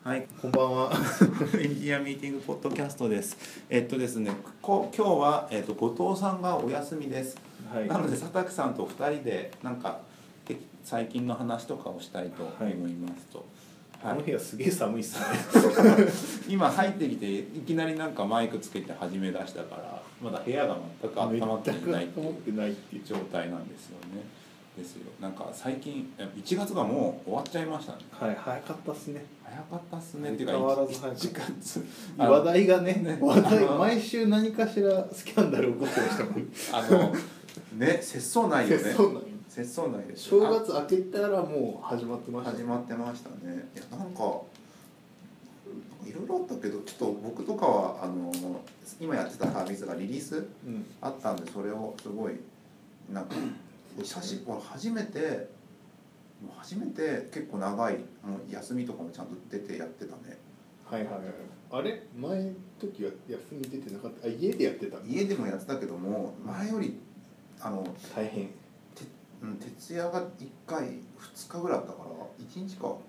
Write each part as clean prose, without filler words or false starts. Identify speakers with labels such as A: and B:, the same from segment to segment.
A: はい、
B: こんばんは。
A: エンジニアミーティングポッドキャストです。ですね、今日は、後藤さんがお休みです。
B: はい。
A: なので佐竹さんと2人でなんか最近の話とかをしたいと思いますと。
B: この部屋すげえ寒いっすね。
A: 今入ってきていきなりなんかマイクつけて始め出したからまだ部屋が全く温まっていないっていう状態なんですよね。ですよ。なんか最近1月がもう終わっちゃいましたね。
B: はい、早かったっすね。
A: 早かったっすねっていうか
B: 変わらず早かった。
A: 1月
B: 話題がね、話題毎週何かしらスキャンダル起こってましたもん。
A: ね、節操ないよね。節操ないです。
B: 正月明けたらもう始まってました、ね。
A: 始まってましたね。いやなんかいろいろあったけど、ちょっと僕とかは今やってたサービスがリリースあったんで、それをすごいなんか初めて結構長い休みとかもちゃんと出てやってたね。
B: はいはいはい。あれ前の時は休み出てなかった。家でやってた。
A: 家でもやってたけども、前より
B: 大変。
A: 徹夜が1回2日ぐらいあったから1日か。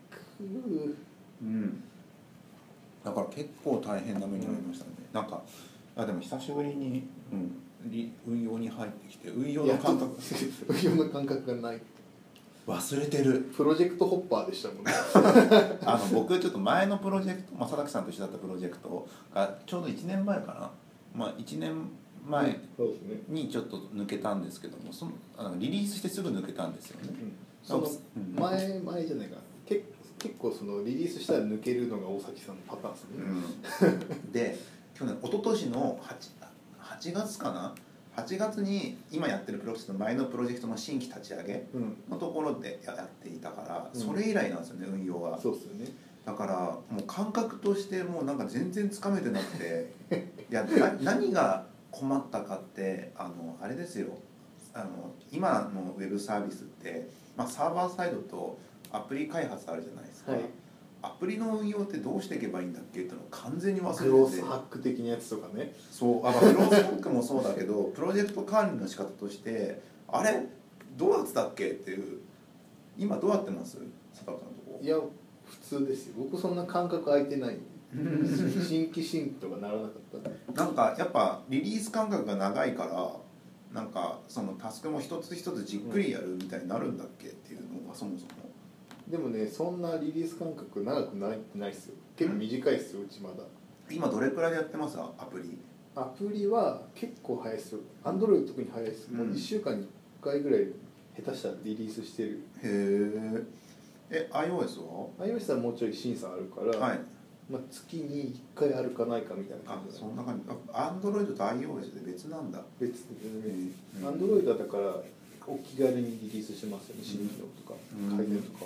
A: だから結構大変な目に遭いましたね。なんかでも久しぶりに、運用に入ってきて運用の感
B: 覚がない。
A: 忘れてる。
B: プロジェクトホッパーでしたもんね。
A: 僕ちょっと前のプロジェクト、佐竹さんと一緒だったプロジェクトがちょうど1年前かな、1年前にちょっと抜けたんですけども、リリースしてすぐ抜けたんですよね。
B: 前じゃないか、結構そのリリースしたら抜けるのが大崎さんのパターンですね。
A: で一昨年の 8月かな、8月に今やってるプロジェクトの前のプロジェクトの新規立ち上げのところでやっていたから、それ以来なんですよね、運用は。
B: そうですよね。
A: だからもう感覚としてもうなんか全然つかめてなくていや何が困ったかってあれですよ、今のウェブサービスって、サーバーサイドとアプリ開発あるじゃないですか、アプリの運用ってどうしていけばいいんだっけっていうのを完全に忘れてて、
B: クロースハック的なやつとかね。
A: そうクロースハックもそうだけどプロジェクト管理の仕方としてあれどうやってたっけっていう。今どうやってます佐竹さんのとこ。
B: いや普通ですよ。僕そんな感覚空いてない。新規とかならなかった。
A: なんかやっぱリリース間隔が長いからなんかそのタスクも一つ一つじっくりやるみたいになるんだっけっていうのがそもそも。
B: でもね、そんなリリース間隔長くないっすよ。結構短いっすよ、うちまだ。
A: 今どれくらいでやってます？アプリ
B: は結構早いっすよ。Android 特に早いっす。もう1週間に1回ぐらい下手したらリリースしてる。
A: へえ。iOS は？
B: iOS はもうちょい審査あるから、月に1回あるかないかみたいな感じ。
A: そんな感じ。Android と iOS で別なんだ。
B: 別でね。Android はだからお気軽にリリースしてますよね。新機能とか改善とか。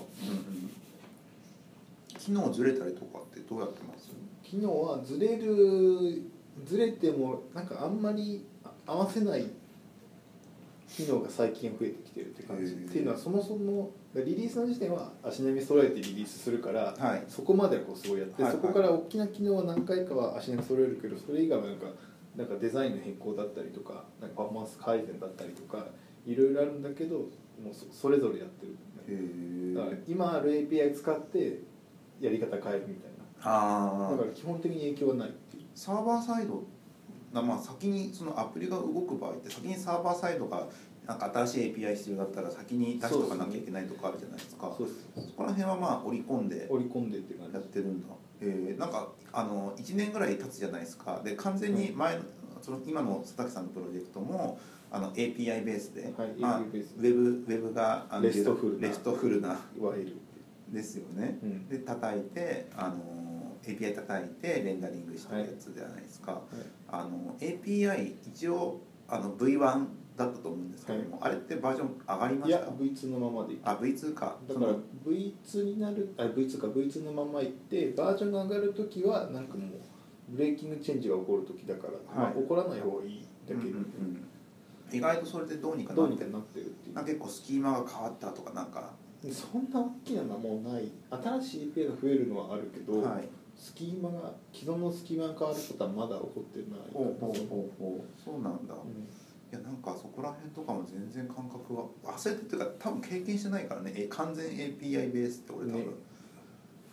A: 機能ずれたりとかってどうやってます？
B: 機能はずれてもなんかあんまり合わせない機能が最近増えてきてるって感じ。っていうのはそもそもリリースの時点は足並み揃えてリリースするから、そこまではこうすごいやって、そこから大きな機能は何回かは足並み揃えるけど、それ以外はなんかデザインの変更だったりとか、なんかパフォーマンス改善だったりとかいろいろあるんだけど、もうそれぞれやってる。だから今ある API 使ってやり方変えるみたいな。だから基本的に影響はないっていう。
A: サーバーサイド先にそのアプリが動く場合って先にサーバーサイドがなんか新しい API 必要だったら先に出しとかなきゃいけないとかあるじゃないですか。そこら辺は織り込んで
B: っていう
A: やってるんだ。なんか1年ぐらい経つじゃないですか。で完全に今の佐竹さんのプロジェクトもAPI ベースで、ウェブが
B: レストフル
A: なですよね。で叩いてAPI 叩いてレンダリングしてるやつじゃないですか。API 一応V1 だったと思うんですけども、あれってバージョン上がりました？
B: いや V2 のままでいって。
A: V2 か。
B: だから V2 になるV2 のままいって、バージョンが上がるときはなんかもうブレーキングチェンジが起こるときだから、起こらない方がいいだけど、
A: 意外とそれでどうにかなってるっていう。なんか結構スキーマが変わったとかなんか。
B: そんな大きなのはもうない。新しい API が増えるのはあるけど、既存のスキーマが変わることはまだ起こってない。
A: そうなんだ。いやなんかそこら辺とかも全然感覚は忘れてっていうか多分経験してないからね。完全 API ベースって俺多分、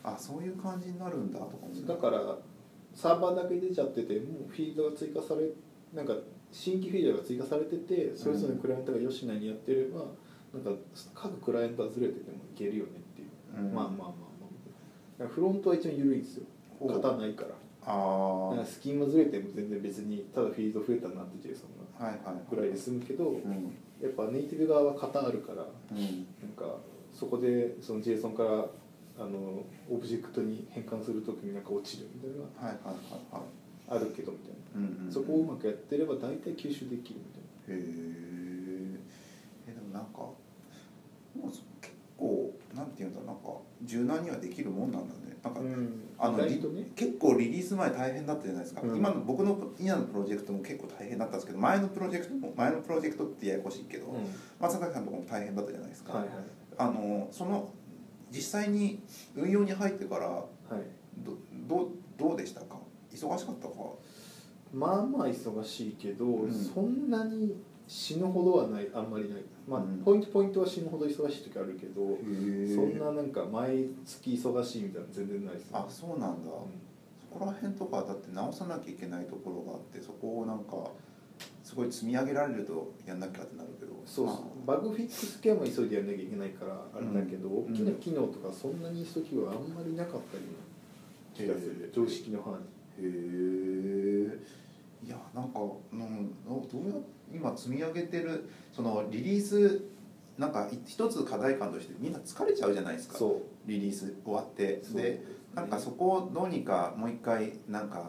A: あ、そういう感じになるんだとか思う。
B: だからサーバーだけ出ちゃっててもうフィードが追加されなんか新規フィードが追加されててそれぞれのクライアントがよしなにやってれば、なんか各クライアントはずれててもいけるよねっていう、まあまあまあまあフロントは一番緩いんですよ、型ないから。なんかスキーマずれても全然別にただフィード増えたなって JSON がぐらいで済むけど、やっぱネイティブ側は型あるから、なんかそこでその JSON からオブジェクトに変換するときになんか落ちるみたいなのがあるけどみたいな、そこをうまくやってれば大体吸収できるみたいな。
A: へえ。でもなんかもう結構なんていうんだ、なんか柔軟にはできるもんなんだね。なんか、結構リリース前大変だったじゃないですか、僕の今のプロジェクトも結構大変だったんですけど、前のプロジェクトってややこしいけど、松坂さんとかも大変だったじゃないですか、その実際に運用に入ってから、どうでしたか？忙しかったか？
B: まあまあ忙しいけど、そんなに死ぬほどはない、あんまりない、まあポイントは死ぬほど忙しい時あるけど、そんななんか毎月忙しいみたいなの全然ないです、ね。
A: あ、そうなんだ、そこら辺とかだって直さなきゃいけないところがあって、そこをなんかすごい積み上げられるとやんなきゃってなるけど、
B: バグフィックス系は急いでやんなきゃいけないからあれだけど、大きな機能とかそんなに急ぎはあんまりなかったり気がする、常識の範囲。
A: へえ。いや、なんか、どうや今積み上げてるそのリリース、なんか一つ課題感としてみんな疲れちゃうじゃないですか。リリース終わってで、なんかそこをどうにかもう一回なんか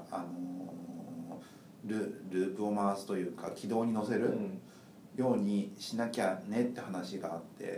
A: ループを回すというか軌道に乗せるようにしなきゃねって話があって、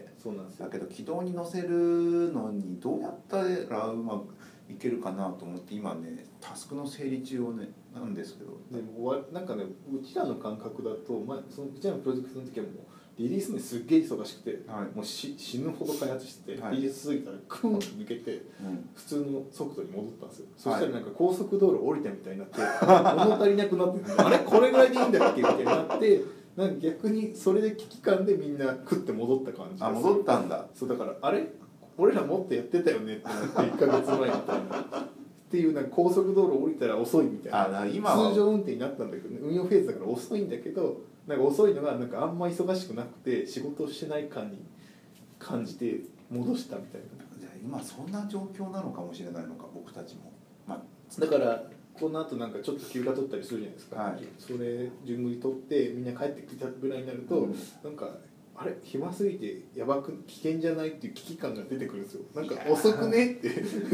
B: そうなんですよ。
A: だけど軌道に乗せるのにどうやったらうまくいけるかなと思って今ねタスクの整理中をねなんですけど、
B: でもなんかねうちらの感覚だと、そのうちらのプロジェクトの時はもうリリースにすっげえ忙しくて、もう死ぬほど開発してて、リリース続いたらクーンと抜けて、普通の速度に戻ったんですよ、そしたらなんか高速道路降りたみたいになって物足りなくなってあれこれぐらいでいいんだっけみたいになって、なんか逆にそれで危機感でみんなクッて戻った感じ。
A: あ、戻ったんだ。
B: そうだからあれ俺らもっとやってたよねってなって1ヶ月前みたいなっていうなんか高速道路降りたら遅いみたいな、今通常運転になったんだけど、ね、運用フェーズだから遅いんだけど、なんか遅いのがなんかあんま忙しくなくて仕事をしてない感に感じて戻したみたいな。
A: じゃあ今そんな状況なのかもしれないのか、僕たちも、
B: だからこの後なんかちょっと休暇取ったりするじゃないですか、それ順繰り取ってみんな帰ってきたぐらいになると、なんかあれ暇すぎてやばく危険じゃないっていう危機感が出てくるんですよ。なんか遅くねって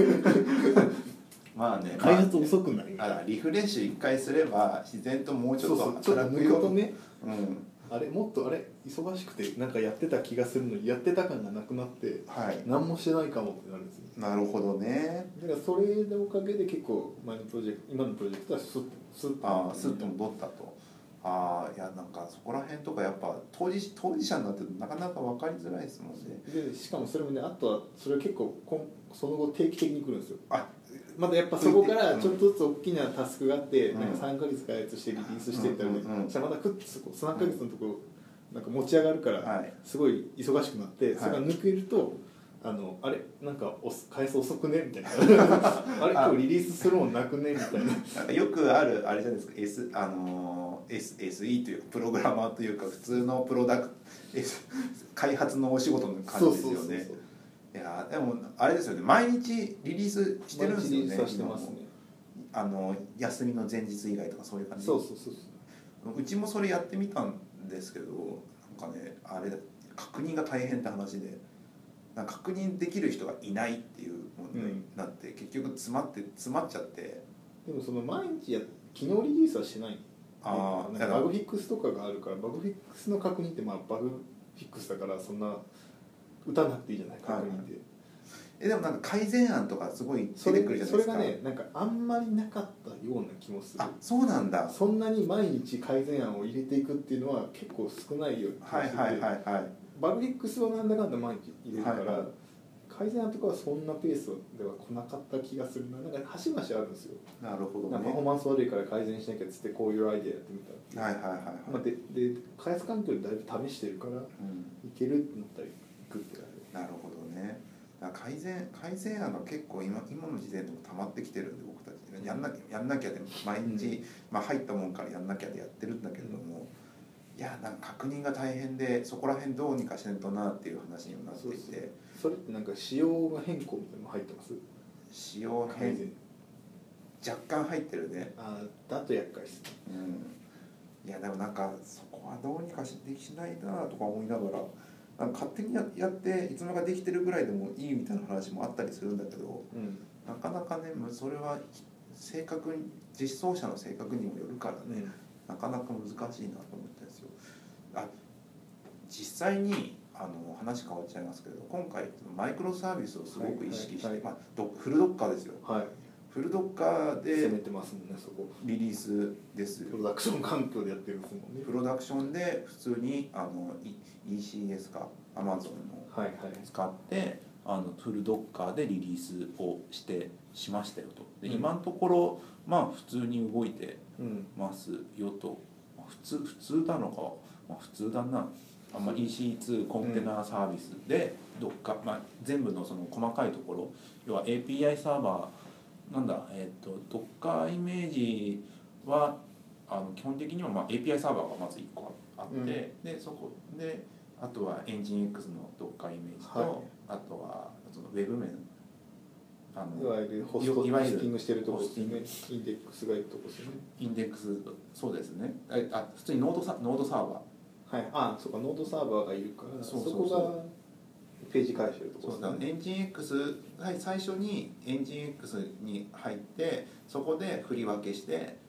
A: まあね、
B: 開発遅くないみたいな、
A: リフレッシュ1回すれば自然ともうちょっと
B: 働くようにね、あれもっと忙しくてなんかやってた気がするのにやってた感がなくなって、何もしてないかもってなるんですよ。
A: なるほどね。
B: だからそれのおかげで結構今のプロジェクトはスッと
A: 戻ったと。いやなんかそこら辺とかやっぱ当事者になってるとなかなか分かりづらいですもんね。
B: でしかもそれもね、あとはそれは結構その後定期的に来るんですよ。まだやっぱそこからちょっとずつ大きなタスクがあって、なんか3ヶ月開発してリリースしていったらね、じゃあまたクッと3ヶ月のところなんか持ち上がるからすごい忙しくなって、それが抜けるとあれなんか開発遅くねみたいなあれ今日リリースするもんなくねみたいな
A: なんかよくあるあれじゃないですか、SE というかプログラマーというか普通の開発のお仕事の感じですよね。いやでもあれですよね、毎日リリースしてるんですよね。
B: 毎日リリースはしてますね。
A: 休みの前日以外とかそういう感じ。うちもそれやってみたんですけど、なんかねあれ確認が大変って話で、なんか確認できる人がいないっていう問題になって、結局詰まっちゃって。
B: でもその毎日機能リリースはしない。バグフィックスとかがあるから、バグフィックスの確認ってバグフィックスだからそんな打たなくていいじゃない、確認で。
A: でもなんか改善案とかすごい出てくるじゃないですか。
B: それがね、なんかあんまりなかったような気もする。
A: そうなんだ。
B: そんなに毎日改善案を入れていくっていうのは結構少ないような気がしてて、バグフィックスはなんだかんだ毎日入れるから、改善案とかはそんなペースでは来なかった気がするな。なんか端々あるんですよ。
A: なるほどね。
B: パフォーマンス悪いから改善しなきゃっつってこういうアイデアやってみたっていう。で開発環境でだいぶ試してるから、いけるってなったらいくって感じ。
A: なるほどね。 改善案が結構今の時点でも溜まってきてるんで、僕たちやんなきゃで毎日、入ったもんからやんなきゃでやってるんだけれども、いやなんか確認が大変で、そこら辺どうにかしないとなっていう話にもなっていて。
B: それってなんか仕様が変更みたいなの入ってます？
A: 仕様変若干入ってるね。
B: だと厄介ですね。
A: いやでもなんかそこはどうにかしないなとか思いながら、なんか勝手にやっていつもができてるぐらいでもいいみたいな話もあったりするんだけど、なかなかねそれは正確に実装者の性格にもよるからね、なかなか難しいなと思ったんですよ。実際に話変わっちゃいますけど、今回マイクロサービスをすごく意識して、フルドッカーですよ、フルドッカーで
B: 攻めてますもんね、そこ
A: リリースですよ。
B: プロダクション環境でやってるんですもんね。
A: プロダクションで普通にECS か Amazon の使ってフルドッカーでリリースをしましたよと。で、今のところ普通に動いてますよと。普通なのか、普通だな。EC2 コンテナサービスでどっか、全部のその細かいところ、要は API サーバードッカーイメージは基本的にはAPI サーバーがまず1個あって、でそこであとはエンジン X のドッカーイメージと、あとはそのウェブ面
B: いわゆるホスティングしてるところですね。インデックスがいるところですね。
A: インデックス、そうですね。普通にノードサーバー、
B: そうか、ノードサーバーがいるから、そこがページ返してるところですね。
A: エンジン X、最初にエンジン X に入ってそこで振り分けして、で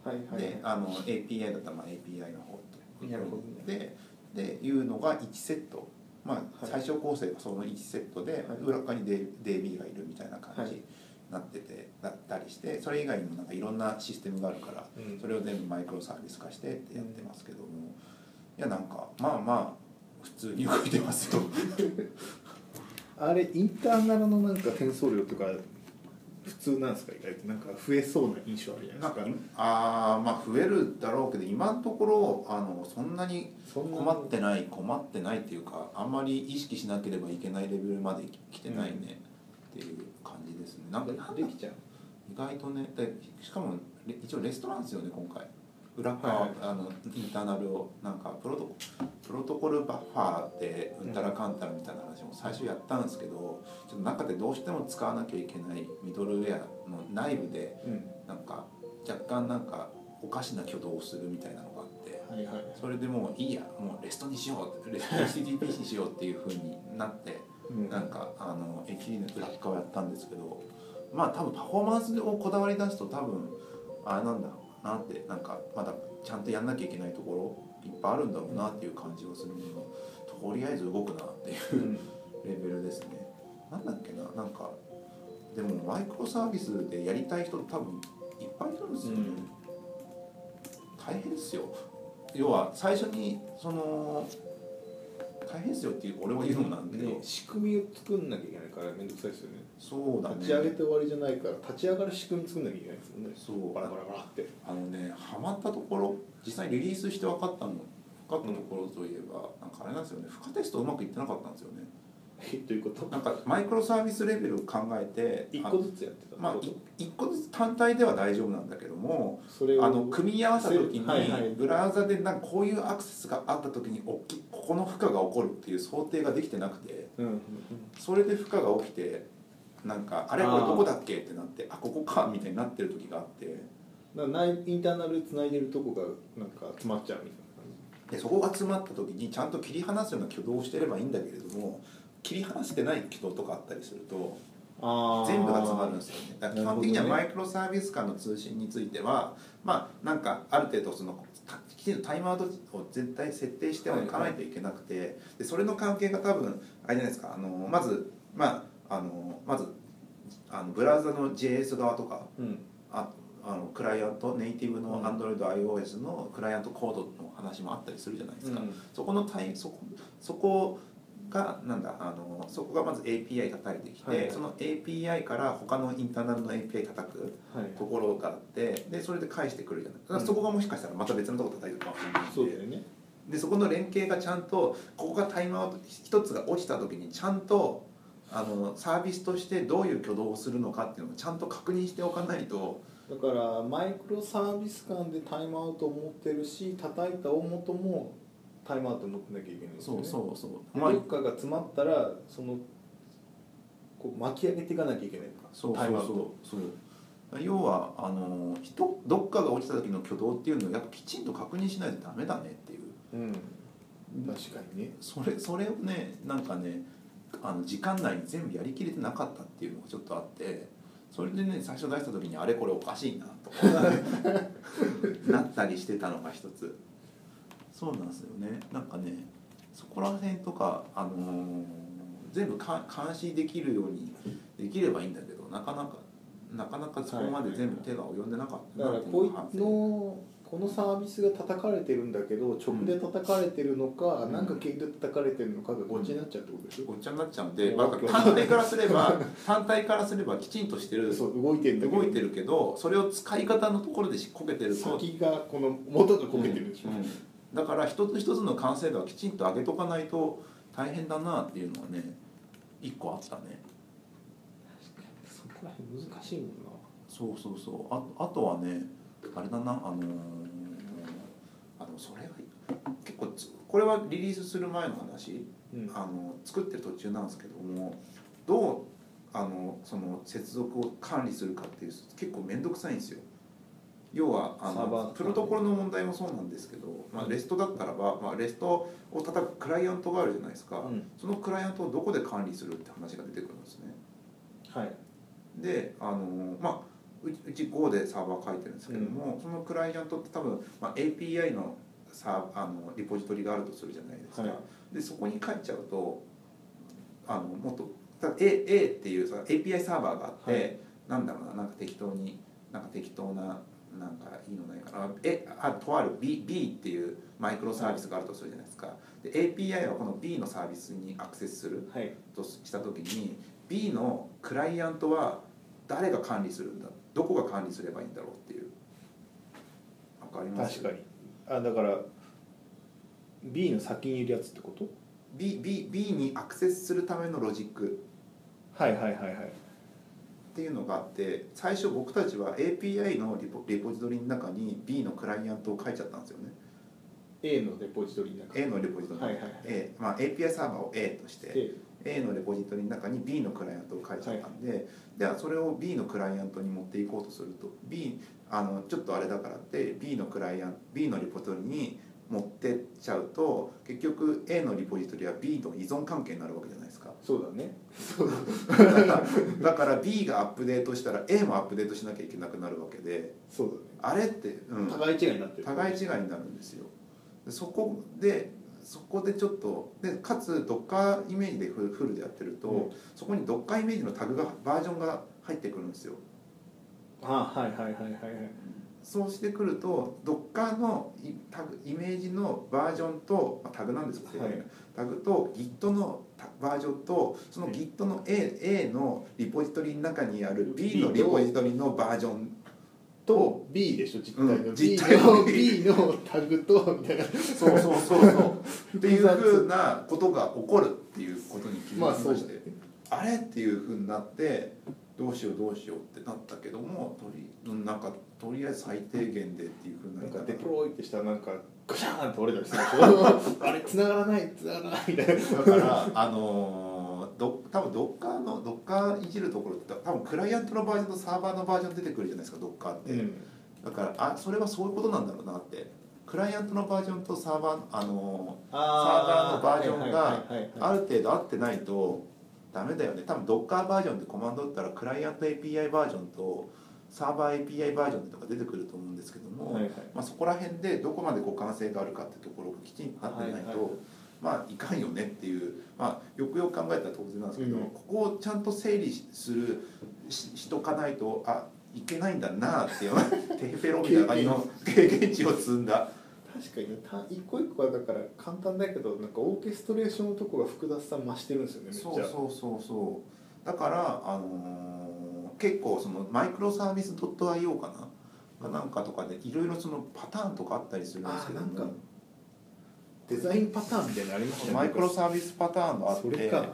A: API だったらAPI の方でいうのが1セット、最小構成がその1セットで、裏側に DB がいるみたいな感じになっててだったりして、それ以外にもなんかいろんなシステムがあるから、それを全部マイクロサービス化してってやってますけども、いやなんか普通に動いてますよ
B: あれインターナルのなんか転送量とか普通なんですか？意外となんか増えそうな印象あるじゃないですか。
A: 増えるだろうけど、今のところそんなに困ってないっていうか、あんまり意識しなければいけないレベルまで来てないねっていう感じですね。なんか
B: できちゃう。
A: 意外とね。しかも一応レストランですよね今回。裏側、インターナルをなんかプロトコルバッファーでうんたらかんたらみたいな話も最初やったんですけど、ちょっと中でどうしても使わなきゃいけないミドルウェアの内部でなんか若干なんかおかしな挙動をするみたいなのがあって、それでもういいや、もうレストにしよう、HTTP にしようっていう風になって、なんかHTTP の裏側をやったんですけど、多分パフォーマンスをこだわり出すと多分なんかまだちゃんとやんなきゃいけないところいっぱいあるんだろうなっていう感じがするので、とりあえず動くなっていうレベルですね。なんだっけな、なんかでもマイクロサービスでやりたい人多分いっぱいいるんですよね。大変ですよ。要は最初に大変ですよっていう俺は言うのもなんだけど、
B: 仕組みを作んなきゃいけないからめんどくさいですよね。
A: そうだね。
B: 立ち上げて終わりじゃないから、立ち上がる仕組み作んなきゃいけないですもんね。
A: そう
B: バラバラバラって。
A: ハマったところ、実際リリースして分かったところといえば、なんかあれなんですよね。負荷テストうまくいってなかったんですよね。
B: ということ？
A: なんかマイクロサービスレベルを考えて
B: 1個ずつやってた。
A: 1個ずつ単体では大丈夫なんだけども、
B: それを
A: 組み合わせた時にブラウザでなんかこういうアクセスがあった時にここの負荷が起こるっていう想定ができてなくて、それで負荷が起きてなんかあれこれどこだっけってなって、ここかみたいになってる時があって、
B: インターナルつないでるとこがなんか詰まっちゃうみたいな感
A: じで、そこが詰まった時にちゃんと切り離すような挙動をしてればいいんだけれども、切り離してない挙動とかあったりすると全部が詰まるんですよね。だから基本的にはマイクロサービス間の通信については、なんかある程度きちんとタイムアウトを絶対設定しておかないといけなくて、でそれの関係が多分あれじゃないですか。まずブラウザの JS 側とか、クライアントネイティブの Android、iOS のクライアントコードの話もあったりするじゃないですか。そこがそこがまず API 叩いてきて、その API から他のインターナルの API 叩くところがあって、でそれで返してくるじゃない。だからそこがもしかしたらまた別のところ叩いてるかもしれないんで、
B: そうだよね。
A: でそこの連携がちゃんと、ここがタイムアウト一つが落ちた時にちゃんとサービスとしてどういう挙動をするのかっていうのをちゃんと確認しておかないと。
B: だからマイクロサービス間でタイムアウトを持ってるし、叩いた大元もタイムアウト持ってなきゃいけないんですよね。
A: そうそうそう、
B: どっかが詰まったらそのこう巻き上げていかなきゃいけないとか、タイムアウト。
A: そう要はどっかが落ちた時の挙動っていうのをやっぱきちんと確認しないとダメだねっていう、
B: 確かにね。
A: それをねなんかね時間内に全部やりきれてなかったっていうのがちょっとあって、それでね最初出した時にあれこれおかしいなとなったりしてたのが一つ。そうなんですよね。なんかねそこら辺とか、全部監視できるようにできればいいんだけど、なかなかそこまで全部手が及んでなかったなっていうのが反省。
B: このサービスが叩かれてるんだけど直で叩かれてるのか、なんか経由で叩かれてるのかがごっちゃになっちゃうってことでしょ。
A: ごっちゃになっちゃうんで、単体からすればきちんとしてる、
B: そう動いて
A: るけど、それを使い方のところでこけてると
B: 先がこの元がこけてるでしょ、
A: だから一つ一つの完成度はきちんと上げとかないと大変だなっていうのはね一個あったね。
B: 確かにそこら辺難しいもんな。
A: そうあとはねあれだな、それが結構これはリリースする前の話、作ってる途中なんですけども、どうその接続を管理するかっていう結構面倒くさいんですよ。要はプロトコルの問題もそうなんですけど、レストだったらば、レストを叩くクライアントがあるじゃないですか、そのクライアントをどこで管理するって話が出てくるんですね。
B: はい。
A: でうち Go でサーバー書いてるんですけども、そのクライアントって多分、API のリポジトリがあるとするじゃないですか、でそこに書いちゃうともっとA っていうその API サーバーがあって、なんだろうな、なんか適当ななんかいいのないかな、とある B っていうマイクロサービスがあるとするじゃないですか。で API はこの B のサービスにアクセスするとした時に、B のクライアントは誰が管理するんだ、どこが管理すればいいんだろうっていう。わかります？
B: 確かに。だから B の先にいるやつってこと？
A: B にアクセスするためのロジックっていうのがあって、最初僕たちは API のリポジトリの中に B のクライアントを書いちゃったんですよね。
B: A のレポジトリの中
A: A のレポジトリの中に、API サーバーを A として A のレポジトリの中に B のクライアントを書いちゃったんで、ではそれを B のクライアントに持っていこうとすると、ちょっとあれだからって B のリポジトリに持ってっちゃうと、結局 A のリポジトリは B と依存関係になるわけじゃないですか。
B: そうだね。
A: だから B がアップデートしたら A もアップデートしなきゃいけなくなるわけで、
B: そうだね。
A: あれって、
B: 互い違いになってる。
A: 互い違いになるんですよ。そこでちょっとで、かつ Docker イメージでフルでやってると、そこに Docker イメージのタグがバージョンが入ってくるんですよ。そうしてくると Docker のイメージのバージョンと、タグなんですけど、タグと Git のバージョンと、その Git の A のリポジトリの中にある B のリポジトリのバージョン
B: と B でしょ、実体の B のタグとみたいな、
A: そうっていうふうなことが起こるっていうことに気づきまして、あれっていうふうになって、どうしようってなったけども、とりあえず最低限でっていうふうに
B: なんかデプロイってしたらなんかガシャーンって折れたりするでしょあれ繋がらないみたいな。
A: だから多分ドッカーいじるところって多分クライアントのバージョンとサーバーのバージョン出てくるじゃないですか、ドッカーって、だからそれはそういうことなんだろうなって。クライアントのバージョンとサーバーのバージョンがある程度合ってないとダメだよね。多分ドッカーバージョンでコマンド打ったらクライアント API バージョンとサーバー API バージョンとか出てくると思うんですけども、そこら辺でどこまで互換性があるかってところがきちんとなってないと、いかんよねっていう、よくよく考えたら当然なんですけど、ここをちゃんと整理しとかないといけないんだなっていうテヘペロみたいな感じの経験値を積んだ。
B: 確かに一個一個はだから簡単だけど、なんかオーケストレーションのとこが複雑さ増してるんですよね、めっちゃ。
A: そうだから結構そのマイクロサービス .io かな、なんかとかでいろいろそのパターンとかあったりするんですけども、
B: なんかデザインパターンみたいなのありましたね。
A: マイクロサービスパターンがあって、こ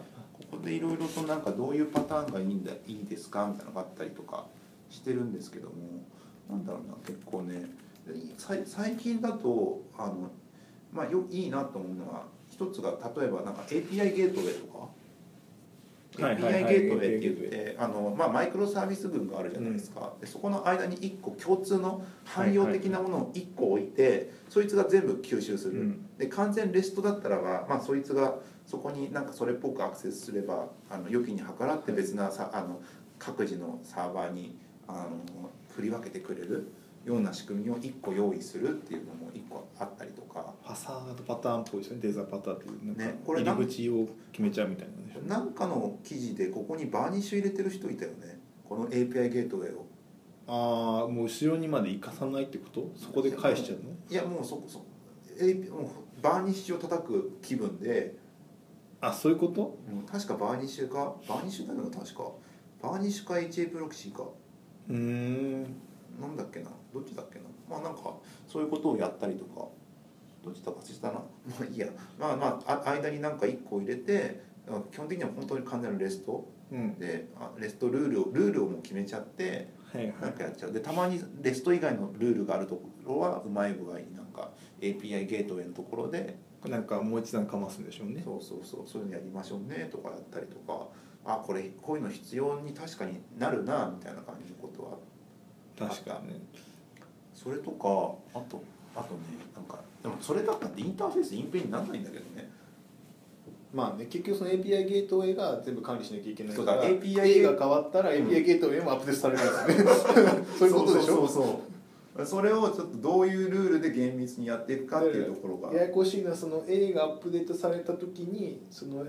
A: こでいろいろとなんかどういうパターンがいいですかみたいなのがあったりとかしてるんですけども、なんだろうな、結構ね最近だといいなと思うのは、一つが例えばなんか API ゲートウェイとか、
B: はいはいはい
A: API ゲートウェイって言ってマイクロサービス群があるじゃないですか、でそこの間に1個共通の汎用的なものを1個置いて、そいつが全部吸収する、で完全レストだったらば、そいつがそこになんかそれっぽくアクセスすれば良きに計らって別な各自のサーバーに振り分けてくれるような仕組みを1個用意するっていうのも1個あったりとか、
B: ハザードパターンっぽいですね。デザパターンっていうなんか
A: これ
B: 入り口を決めちゃうみたいなんでしょうね。
A: なんかの記事でここにバーニッシュ入れてる人いたよね、この API ゲートウェイを。
B: ああ、もう後ろにまで行かさないってこと？そこで返しちゃうの？
A: いやもうもうバーニッシュを叩く気分で、
B: あ、そういうこと？
A: 確かバーニッシュだよな、確かバーニッシュか HA プロキシかなんだっけな、どっちだっけな、なんかそういうことをやったりとか、どっちだかしたな、いいや、間になんか1個入れて、基本的には本当に完全なレスト、でレストルールをもう決めちゃって、なんかやっちゃう。でたまにレスト以外のルールがあるところはうまい具合になんか API ゲートウェイのところで
B: なんかもう一段かますんでしょうね。
A: そういうのやりましょうねとかやったりとか、こういうの必要に確かになるなみたいな感じのことは
B: 確かにね。
A: それとかあとね、なんかでもそれだったってインターフェースインペンにならないんだけどね。
B: 結局その API ゲートウェイが全部管理しなきゃいけないから、
A: API
B: が変わったら API ゲートウェイもアップデートされるんですねそういうことでしょ。
A: それをちょっとどういうルールで厳密にやっていくかっていうところが
B: ややこしいのは、その A がアップデートされた時にその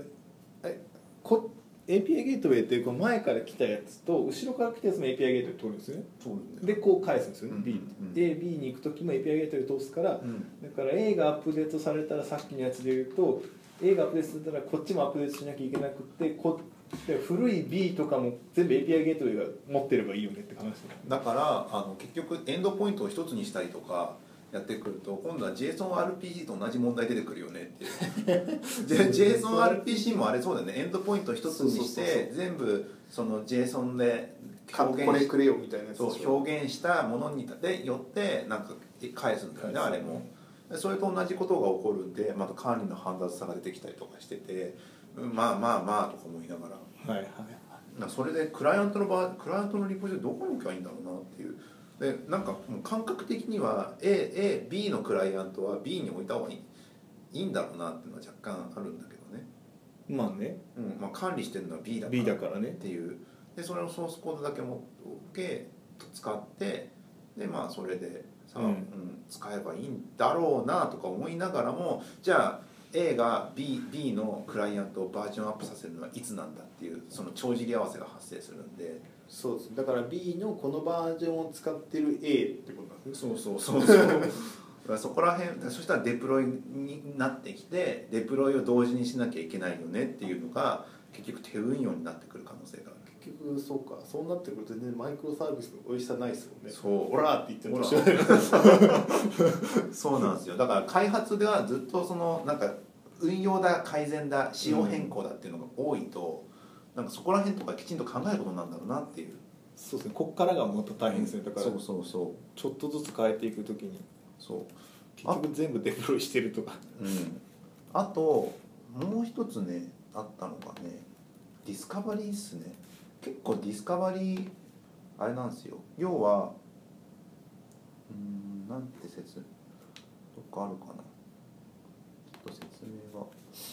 B: API ゲートウェイっていうこう前から来たやつと後ろから来たやつも API ゲートウェイ通るんですよね。でこう返すんですよね、B に行く時も API ゲートウェイ通すから、だから A がアップデートされたらさっきのやつで言うと A がアップデートされたらこっちもアップデートしなきゃいけなくて、古い B とかも全部 API ゲートウェイが持ってればいいよねって話
A: だから結局エンドポイントを一つにしたりとかやってくると、今度は JSON-RPG と同じ問題出てくるよねっていうJSON-RPG もあれそうだよね、エンドポイントを一つにして全部その JSON で
B: これくれよみたいなやつ
A: 表現したものによってなんか返すんだよね、あれも。それと同じことが起こるんで、また管理の煩雑さが出てきたりとかしてて、まあとか思いながら、それでクライアントのリポジトリどこに置けばいいんだろうなっていう。でなんかもう感覚的には B のクライアントは B に置いた方がいいんだろうなっていうのは若干あるんだけどね。管理してるのは B だからねっていう。でそれのソースコードだけ持って使ってでそれでさ、使えばいいんだろうなとか思いながらも、じゃあ A が B のクライアントをバージョンアップさせるのはいつなんだっていうその帳尻合わせが発生するんで。
B: そうです。だから B のこのバージョンを使ってる A ってことなんですね。
A: そうそこら辺、そしたらデプロイになってきてデプロイを同時にしなきゃいけないよねっていうのが結局手運用になってくる可能性がある。
B: 結局そうか、そうなってくると全然マイクロサービスの美味しさないですもんね。
A: そう
B: オラーって言ってるの
A: そうなんですよ。だから開発ではずっとそのなんか運用だ改善だ仕様変更だっていうのが多いと、なんかそこら辺とかきちんと考えることなんだろうなっていう。
B: そうですね。こっからがもっと大変ですね。だから
A: そう
B: ちょっとずつ変えていくときに結局全部デプロイしてるとか。
A: あともう一つねあったのがね、ディスカバリーっすね。結構ディスカバリーあれなんですよ。要はなんてどっかあるかな。ちょっと説明が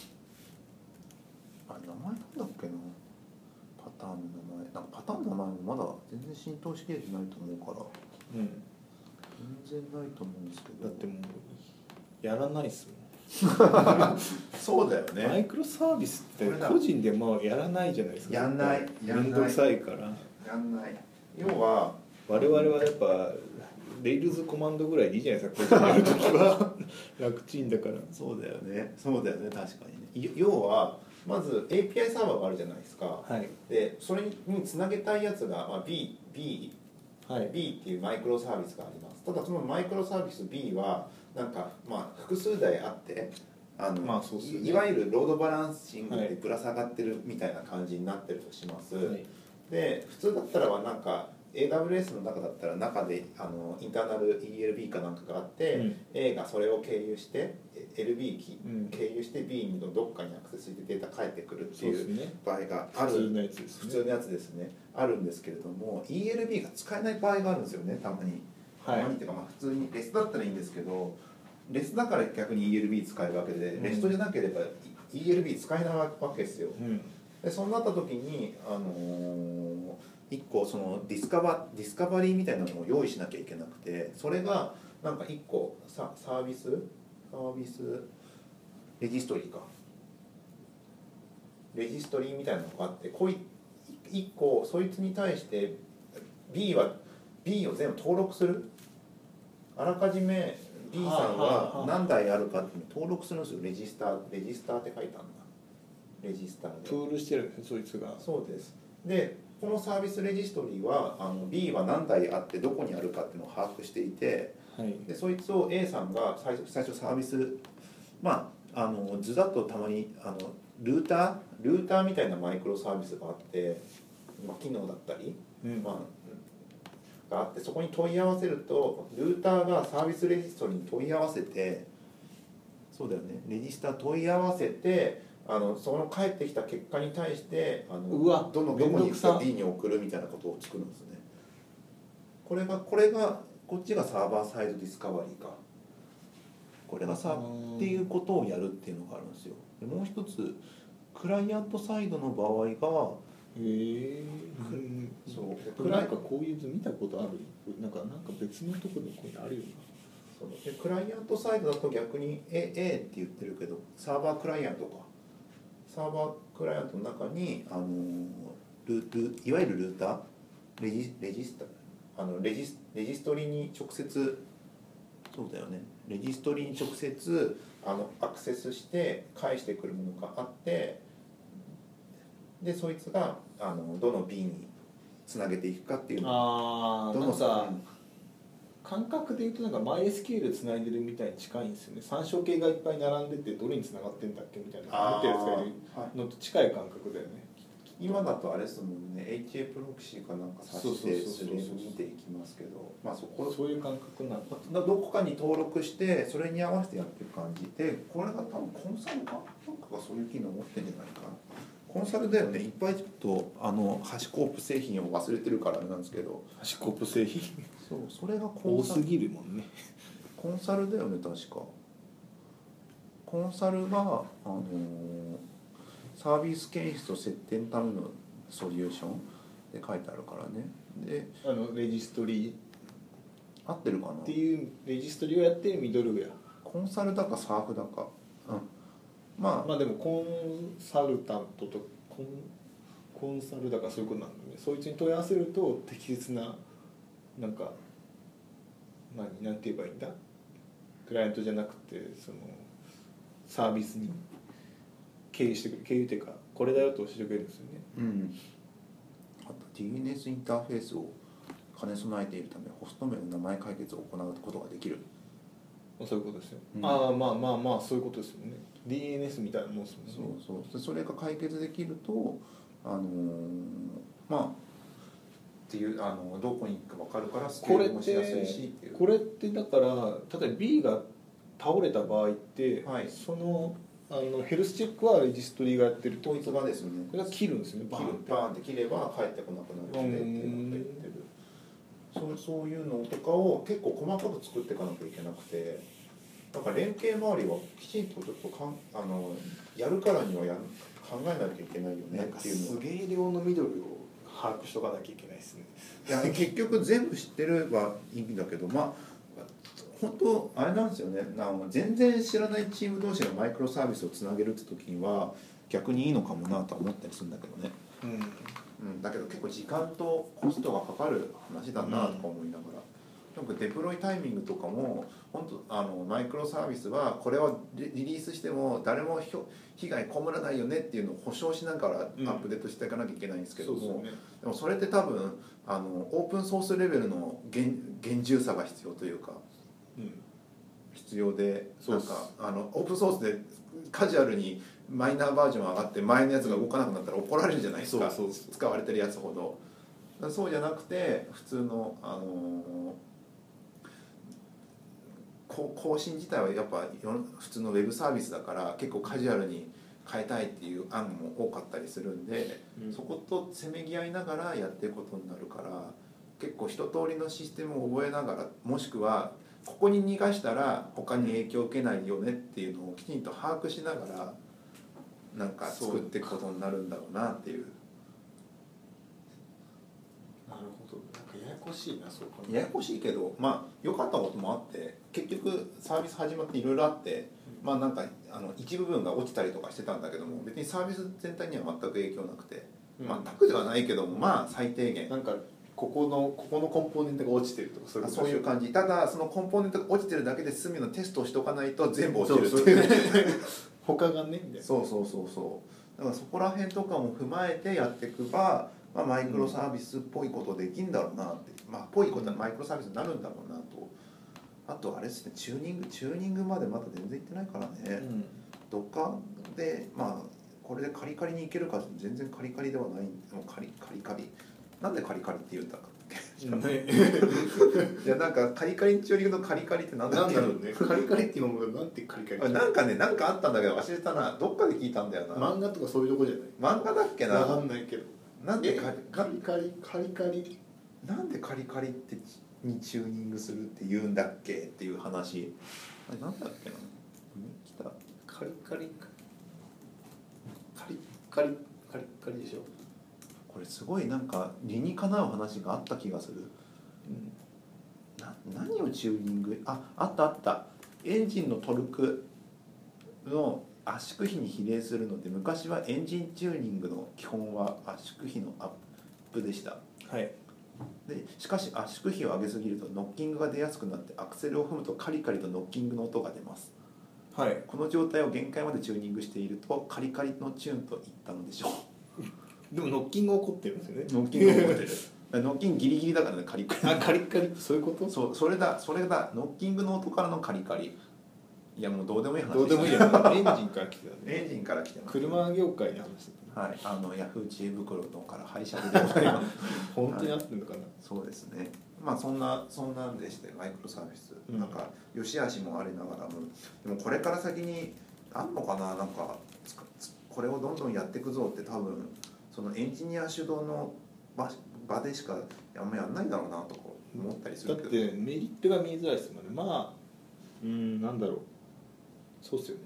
A: 名前なんだっけな。パターンの名前、なんかパターンの名前もまだ全然浸透しきれてないと思うから、全然ないと思うんですけど。
B: だってもうやらないっすもん
A: そうだよね。
B: マイクロサービスって個人でやらないじゃないですか。
A: やんない。
B: めんどくさいから
A: やんない。要は
B: 我々はやっぱレイルズコマンドぐらいでいいじゃないですか、こうやるときは楽ちんだから。
A: そうだよね、確かにね。要はまず API サーバーがあるじゃないですか、でそれにつなげたいやつが、B っていうマイクロサービスがあります。ただそのマイクロサービス B はなんか複数台あって
B: そうですよね、
A: いわゆるロードバランシングでぶら下がってるみたいな感じになってるとします、
B: はい、
A: で普通だったらはなんか AWS の中だったら中でインターナル ELB かなんかがあって、A がそれを経由して LB 経由して B のどっかにアクセスしてデータ返ってくるっていう場合がある、
B: 普通のやつですね、
A: 普通のやつですね、あるんですけれども ELB が使えない場合があるんですよね、たまに。たまにっていうか、普通にレストだったらいいんですけど、レストだから逆に ELB 使えるわけで、レストじゃなければ ELB 使えないわけですよ、でそうなった時に一個そのディスカバリーみたいなのを用意しなきゃいけなくて、それがなんか一個サービスレジストリーかレジストリーみたいなのがあって、一個そいつに対して B を全部登録する、あらかじめ B さんは何台あるかっていうのを登録するんですよ。レジスターって書いてあるんだ。レジスターで
B: プールしてるんですね、そいつが。
A: そうです。でこのサービスレジストリーはB は何台あってどこにあるかっていうのを把握していて、
B: はい、
A: でそいつを A さんが最初サービス図だとたまにルーターみたいなマイクロサービスがあって、機能だったり、があって、そこに問い合わせるとルーターがサービスレジストリーに問い合わせて、そうだよね、レジスター問い合わせてその返ってきた結果に対してどこに B に送るみたいなことを作るんですね。これがこっちがサーバーサイドディスカバリーか、これがっていうことをやるっていうのがあるんですよ。でもう一つクライアントサイドの場合が
B: そうなんかこういう図見たことある、なんか別のところでこういうのあるよな。
A: そうでクライアントサイドだと逆に A って言ってるけどサーバークライアントか、サーバークライアントの中にいわゆるルーターレジストリに直接、そうだよね、レジストリに直接アクセスして返してくるものがあって、でそいつがどの B につなげていくかっていうのをどの
B: 感覚でいうとなんか MySQL つないでるみたいに近いんですよね。参照系がいっぱい並んでてどれにつながってんだっけみたいな見てるやつがいるのと近い感覚だよね。
A: 今だとあれですもんね、 HA プロキシかなんか指してそれ見ていきますけど、
B: そういう感覚なんだ。
A: どこかに登録してそれに合わせてやってる感じで、これが多分コンサルかなんかがそういう機能を持ってるんじゃないかな。コンサルだよね。いっぱいちょっとハシコープ製品を忘れてるからあれなんですけど、
B: ハシコープ製品
A: それが
B: 多すぎるもんね。
A: コンサルだよね確か。コンサルがサービス検出と設定のためのソリューションで書いてあるからね。で
B: レジストリ
A: 合ってるかな
B: っていうレジストリをやってるミドルウェア。
A: コンサルだかサーフだか、
B: まあでもコンサルタントとコンサルだからそういうことなんで、ね、そいつに問い合わせると適切ななんかなんて言えばいいんだ、クライアントじゃなくてそのサービスに経由してくる、経由っていうかこれだよと教えてくれるんですよね。
A: あと DNS インターフェースを兼ね備えているためホスト名の名前解決を行うことができる。
B: そういうことですよ、まあそういうことですよね。 DNS みたいなもんですもんね。
A: そうそれが解決できるとっていうどこに行くか分かるからスケールもしやすいしっていう。
B: これってだから例えば B が倒れた場合って、
A: はい、
B: そのヘルスチェックはレジストリがやってると、
A: こいつがですね、
B: これが切るんですよね。
A: バーンって切れば帰ってこなくなるのでっていうのを言ってる。そういうのとかを結構細かく作っていかなきゃいけなくて、なんか連携周りはきちんとちょっとやるからには考えなきゃいけないよねっていうの。
B: すげえ量のミドルを把握しとかなきゃいけないですね。
A: いや結局全部知ってればいいんだけど、本当あれなんですよね。全然知らないチーム同士がマイクロサービスをつなげるって時には逆にいいのかもなとは思ったりするんだけどね。だけど結構時間とコストがかかる話だなとか思いながら、なんかデプロイタイミングとかも本当マイクロサービスはこれをリリースしても誰も被害被らないよねっていうのを保証しながらアップデートしていかなきゃいけないんですけども、でもそれって多分オープンソースレベルの厳重さが必要というか、 必要で、
B: そうっす
A: なんかオープンソースでカジュアルにマイナーバージョン上がって前のやつが動かなくなったら怒られるじゃないですか、
B: そうそうそう
A: 使われてるやつほど。そうじゃなくて普通の、更新自体はやっぱ普通のウェブサービスだから結構カジュアルに変えたいっていう案も多かったりするんで、そことせめぎ合いながらやっていくことになるから、結構一通りのシステムを覚えながら、もしくはここに逃がしたら他に影響を受けないよねっていうのをきちんと把握しながらなんか作っていくことになるんだろうなっていう。
B: なるほど。なんかややこしいな、そうか。
A: ややこしいけど、まあ良かったこともあって、結局サービス始まっていろいろあって、まあなんか一部分が落ちたりとかしてたんだけども、別にサービス全体には全く影響なくて、全くではないけども、まあ最低限。
B: なんかここのコンポーネントが落ちてるとか
A: そういう感じ。ただそのコンポーネントが落ちてるだけで隅のテストをしとかないと全部落ちるっていう
B: 他がねみたいな。
A: そうだからそこら辺とかも踏まえてやっていけば、まあ、マイクロサービスっぽいことできんだろうなって、まあっぽいことはマイクロサービスになるんだろうなと。あとあれですね、チューニングまでまだ全然いってないからね、どっかでまあこれでカリカリにいけるか全然カリカリではない。もうカリなんでカリカリって言うんだっけいやなんかカリカリチューニングのカリカリってなんだっけ。
B: なんだろうね。カリカリっていうのもなんてカリカリ。
A: なんかね、なんかあったんだけど忘れたな。どっかで聞いたんだよな。
B: 漫画とかそういうとこじゃない。
A: 漫画だっけな。
B: わかんないけど。
A: なんで
B: カリカリ。
A: なんでカリカリってにチューニングするって言うんだっけっていう話。あれなんだっけな。来た。
B: カリでしょ。
A: これすごいなんか理にかなう話があった気がする。何をチューニング、あったエンジンのトルクの圧縮比に比例するので、昔はエンジンチューニングの基本は圧縮比のアップでした。
B: はい
A: でしかし圧縮比を上げすぎるとノッキングが出やすくなってアクセルを踏むとカリカリとノッキングの音が出ます。
B: はい。
A: この状態を限界までチューニングしているとカリカリのチューンと言ったのでしょう。
B: でもノッキング起こってるんですよね。
A: ノッキングが起こってるノッキングギリギリだからね、カリカリ。
B: カリカリってそういうこと？
A: それだノッキングの音からのカリカリ。いやもうどうでもいい話
B: どうでもいいよ。エンジンから来てたね。
A: エンジンから来てます。
B: 車業界に話して
A: た。はい、ヤフー知恵袋のから拝借でございます。
B: 本当に合ってるのかな。
A: そうですね。まあそんなんでしてマイクロサービス、なんか良し悪しもありながらも、でもこれから先にあんのかな、なんかこれをどんどんやっていくぞって、多分そのエンジニア主導の場でしかあんまやんないんだろうなとか思ったりするけど。
B: だってメリットが見えづらいですもんね。まあなんだろう。そうっすよね。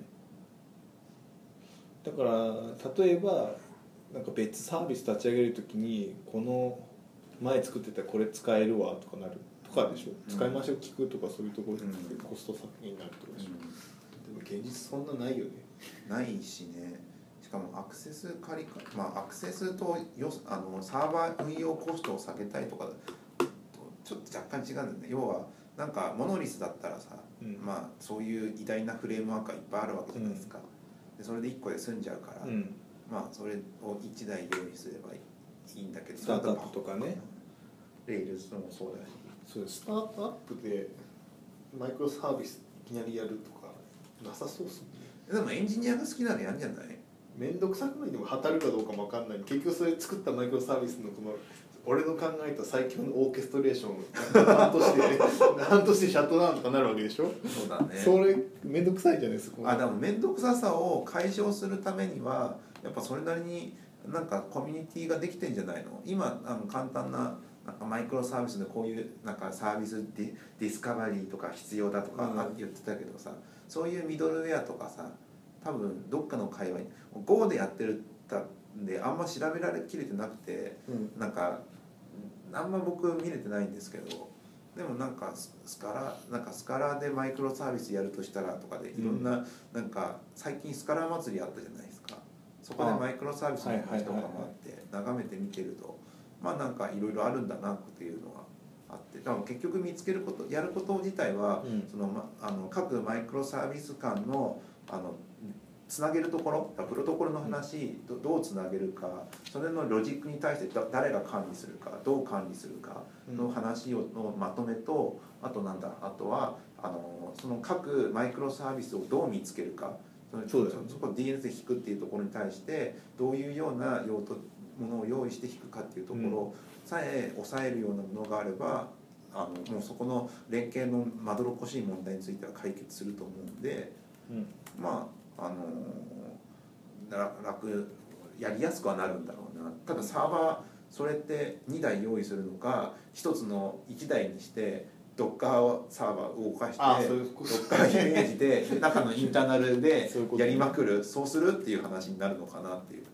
B: だから例えばなんか別サービス立ち上げるときにこの前作ってたこれ使えるわとかなるとかでしょ、使い回しを聞くとかそういうところでコスト削減になるとかでしょ、でも現実そんなないよね。
A: ないしね。しかもアクセスアクセスとサーバー運用コストを下げたいとかちょっと若干違うんだよね。要はなんかモノリスだったらさ、まあそういう偉大なフレームワークがいっぱいあるわけじゃないですか、でそれで1個で済んじゃうから、まあそれを1台用意すればいいんだけど、
B: スタートアップとかね、
A: レールズもそうだし、
B: そうスタートアップでマイクロサービスいきなりやるとかなさそうっすね。
A: でもエンジニアが好きならやんじゃない？
B: 面倒くさくないでも当たるかどうかも分かんない。結局それ作ったマイクロサービスのこの俺の考えた最強のオーケストレーション半年でシャットダウンとかなるわけでしょ。
A: そうだね。
B: それ面倒くさいじゃないですか。
A: でも面倒くささを解消するためにはやっぱそれなりになんかコミュニティができてんじゃないの？今簡単ななんかマイクロサービスでこういうなんかサービスディスカバリーとか必要だとか言ってたけどさ、そういうミドルウェアとかさ、多分どっかの会話に Go でやってるんであんま調べられきれてなくて、なんかあんま僕見れてないんですけど、でもなんかスカラでマイクロサービスやるとしたらとかでいろんな、なんか最近スカラ祭りあったじゃないですか。そこでマイクロサービスの話とかもあって眺めて見てると、まあなんかいろいろあるんだなっていうのはあって、多分結局見つけることやること自体は、その各マイクロサービス間のつなげるところ、プロトコルの話、どうつなげるか、それのロジックに対して誰が管理するか、どう管理するかの話のまとめと、あとはその各マイクロサービスをどう見つけるか、そこを DNS で引くっていうところに対してどういうようなものを用意して引くかっていうところさえ抑えるようなものがあれば、もうそこの連携のまどろっこしい問題については解決すると思うんで、まあ楽やりやすくはなるんだろうな。ただサーバーそれって2台用意するのか1つの1台にしてドッカーサーバーを動かしてドッカーイメージで中のインターナルでやりまくる、そうするっていう話になるのかなっていう。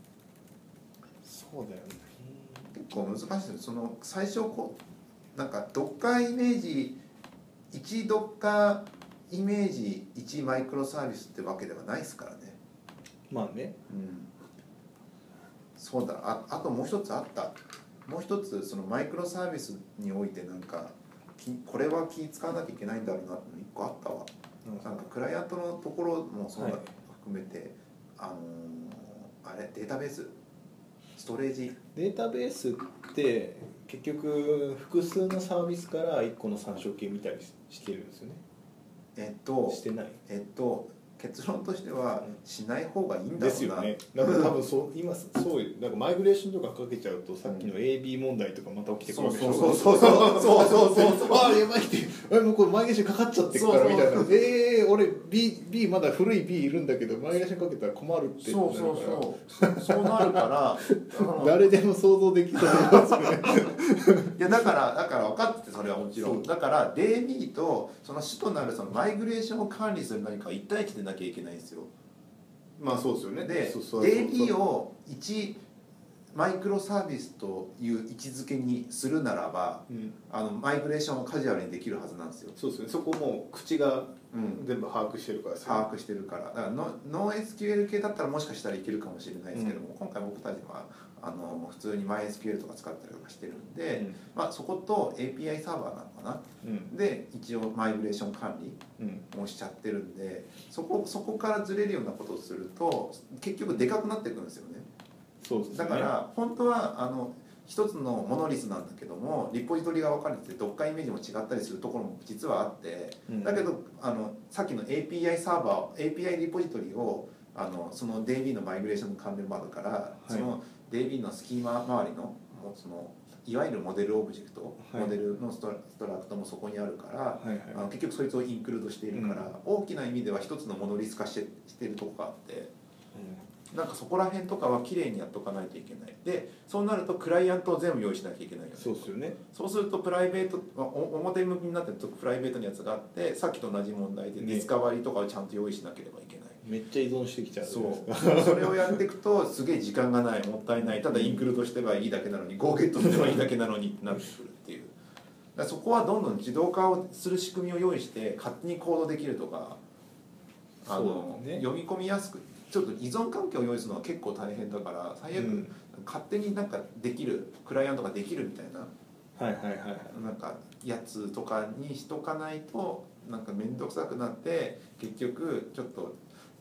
B: そうだよね。
A: 結構難しいです。その最初なんかドッカーイメージ1ドッカーイメージ1マイクロサービスってわけではないですからね。
B: まあね。
A: そうだ。あともう一つあった。もう一つそのマイクロサービスにおいてなんかこれは気使わなきゃいけないんだろうなっての一個あったわ。なんかクライアントのところもそうだ含めて、あれデータベースストレージ
B: データベースって結局複数のサービスから1個の参照系見たりしてるんですよね。してない。
A: 結論としてはしない方がいいんだろうな。
B: ですよね。なんか多分今そういうなんかマイグレーションとかかけちゃうとさっきの AB 問題とかまた起きてくるわけでしょ。そうあやばいってもうこれマイグレーションかかっちゃってるからみたいな。俺 B まだ古い B いるんだけどマイグレーションかけたら困るってなるから
A: そうなるから
B: 誰でも想像できそうですよね。
A: いやだから分かってて、それはもちろんだから DB とその主となるそのマイグレーションを管理する何か一対一でなきゃいけないんですよ。
B: まあそうですよね。
A: で DB を1マイクロサービスという位置づけにするならば、マイグレーションをカジュアルにできるはずなんですよ。
B: そうですね。そこもう口が全部把握してるから、
A: 把握してるから。だからノー SQL 系だったらもしかしたらいけるかもしれないですけども、今回僕たちは普通に MySQL とか使ったりとかしてるんで、そこと API サーバーなのかな、で一応マイグレーション管理もしちゃってるんで、そこからずれるようなことをすると結局でかくなっていくんですよね。
B: そうですね。
A: だから本当は一つのモノリスなんだけどもリポジトリが分かれててドッカーイメージも違ったりするところも実はあって、だけどさっきの API サーバー API リポジトリをその DB のマイグレーションの関連バードから、その DB のスキーマ周りのそのいわゆるモデルオブジェクト、モデルのストラクトもそこにあるから、結局そいつをインクルードしているから、大きな意味では一つのモノリス化しているところがあって。なんかそこら辺とかはきれいにやっとかないといけない。でそうなるとクライアントを全部用意しなきゃいけないよね。
B: そうですよね。
A: そうするとプライベート表向きになってるとプライベートのやつがあって、さっきと同じ問題でディスカバリーとかをちゃんと用意しなければいけない。
B: めっちゃ依存してきちゃう。
A: それをやっていくとすげえ時間がない、もったいない、ただインクルードしてばいいだけなのにゴーゲットすればいいだけなのにってなってくるっていう。だからそこはどんどん自動化をする仕組みを用意して勝手に行動できるとか、読み込みやすくちょっと依存関係を用意するのは結構大変だから、最悪、勝手になんかできるクライアントができるみたいな、なんかやつとかにしとかないとなんか面倒くさくなって結局ちょっと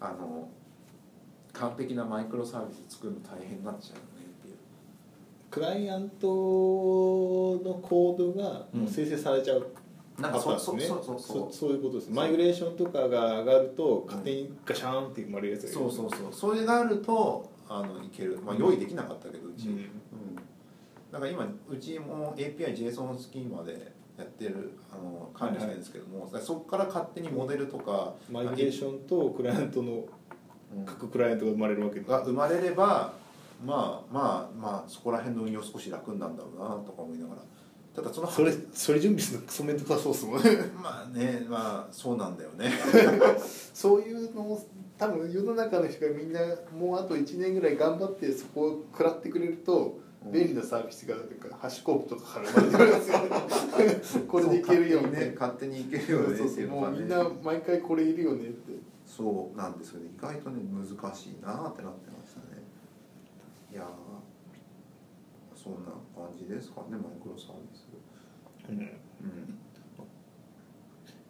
A: 完璧なマイクロサービス作るの大変になっちゃうよねっていう。
B: クライアントのコードがもう生成されちゃう。
A: なんかそういう
B: ことです。マイグレーションとかが上がると勝手にガシャーンって生まれるやつがいる。
A: それがあるといける。用意できなかったけどうち、だから今うちも API-JSON スキーマでやってる管理してるんですけども、そこから勝手にモデルとか
B: マイグレーションとクライアントの各クライアントが生まれるわけ
A: が生まれればまあそこら辺の運用少し楽になるんだろうなとか思いながら。ただそれ
B: 準備するのクソめんどくさそうですもんね。
A: そうなんだよね。
B: そういうのを多分世の中の人がみんなもうあと1年ぐらい頑張ってそこを食らってくれると便利なサービスがなんかハッシュコープとかから生まれてくるんですよね。これでいけるよね。
A: 勝手にいけるよねっていうのがね。
B: もうみんな毎回これいるよねって。
A: そうなんですよね。意外とね難しいなってなってましたね。いやそんな感じですかね、マイクロサービス。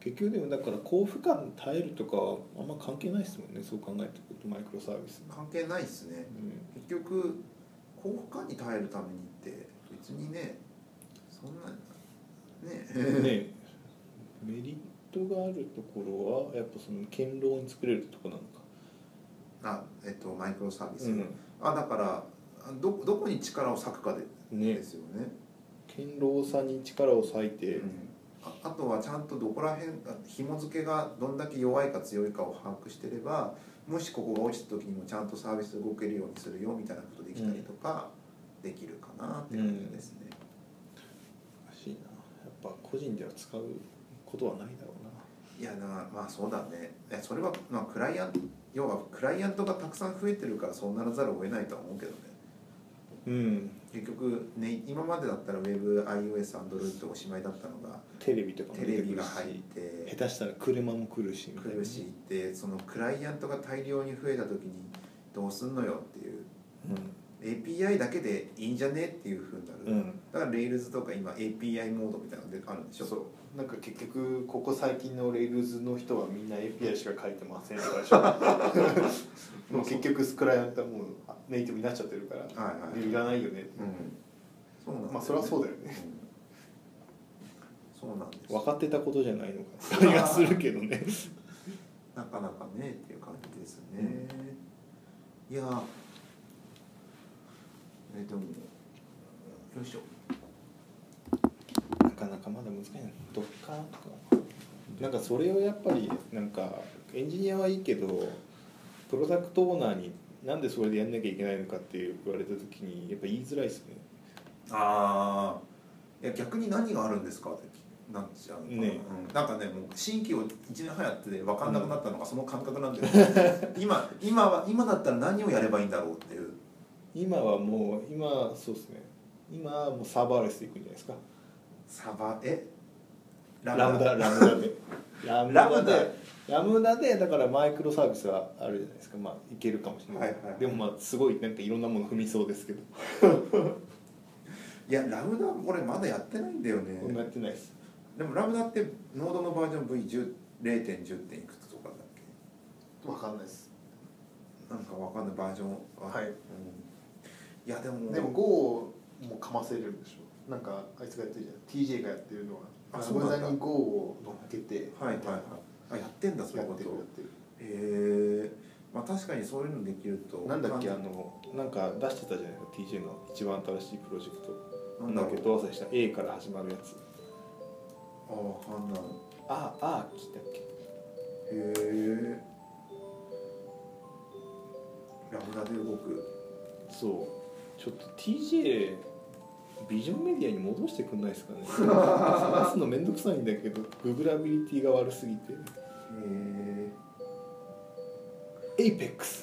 B: 結局でもだから高負荷に耐えるとかはあんま関係ないですもんね、そう考えてくるとマイクロサービス
A: 関係ないですね、結局高負荷に耐えるためにって別にねそんなね
B: ねメリットがあるところはやっぱその堅牢に作れるところなのか。
A: マイクロサービス、だからどこに力を割くかですよね。
B: 堅牢さに力を割いて、
A: あとはちゃんとどこら辺紐付けがどんだけ弱いか強いかを把握してれば、もしここが落ちた時にもちゃんとサービス動けるようにするよみたいなことできたりとかできるかなって感じですね。
B: 難しいな、やっぱ個人では使うことはないだろうな。
A: いやまあそうだね。それはまあ要はクライアントがたくさん増えてるからそうならざるを得ないとは思うけどね。結局ね、今までだったら WebIOS、Android おしまいだったのが
B: テレビとかも
A: テレビが入って
B: 下手したら車も来るしみたいな、
A: でそのクライアントが大量に増えた時にどうすんのよっていう、API だけでいいんじゃねっていうふうになる、だから Rails とか今 API モードみたいなのであるんでしょ。
B: そうなんか結局ここ最近の Rails の人はみんな API しか書いてませんとかでしょもう結局クライアントはもうネイティブになっちゃってるから、いらないよね、
A: そうなんだよね。
B: まあそれはそうだよね、
A: そうなんです。
B: 分かってたことじゃないのかって気がするけどね
A: なかなかねっていう感じですね、いやでもよいしょ、
B: なかなかまだ難しいな。ドッカーとかなんかそれをやっぱりなんかエンジニアはいいけどプロダクトオーナーになんでそれでやんなきゃいけないのかって言われた時にやっぱ言いづらいですね。
A: いや逆に何があるんですかってなっちゃうね、なんかねもう新規を1年半やってて分かんなくなったのがその感覚なんで、今だったら何をやればいいんだろうっていう。
B: 今はもうそうですね、今はもうサーバーレスでいくんじゃないですか。ラムダでだからマイクロサービスはあるじゃないですか、まあいけるかもしれない、でもまあすごいなんかいろんなもの踏みそうですけど
A: いやラムダ俺まだやってないんだよね。
B: やってないです。
A: でもラムダってノードのバージョン V0.10 点いくつとかだっけ。
B: 分かんないです。
A: なんか分かんないバージョンは、いやでも
B: Go をもうかませるんでしょ。なんかあいつがやってるじゃん、TJ がやってるのはラムダに Go を乗っけて
A: やってんだそういうこと。まあ確かにそういうのできると。
B: なんだっけなんか出してたじゃないですか TJ の一番新しいプロジェクト。なんだっけどう忘れした A から始まるやつ。
A: わかんない。
B: 聞いたっけ。
A: ラムダで動く。
B: そうちょっと TJ ビジョンメディアに戻してくんないですかね探すのめんどくさいんだけどググラビリティが悪すぎて。Apex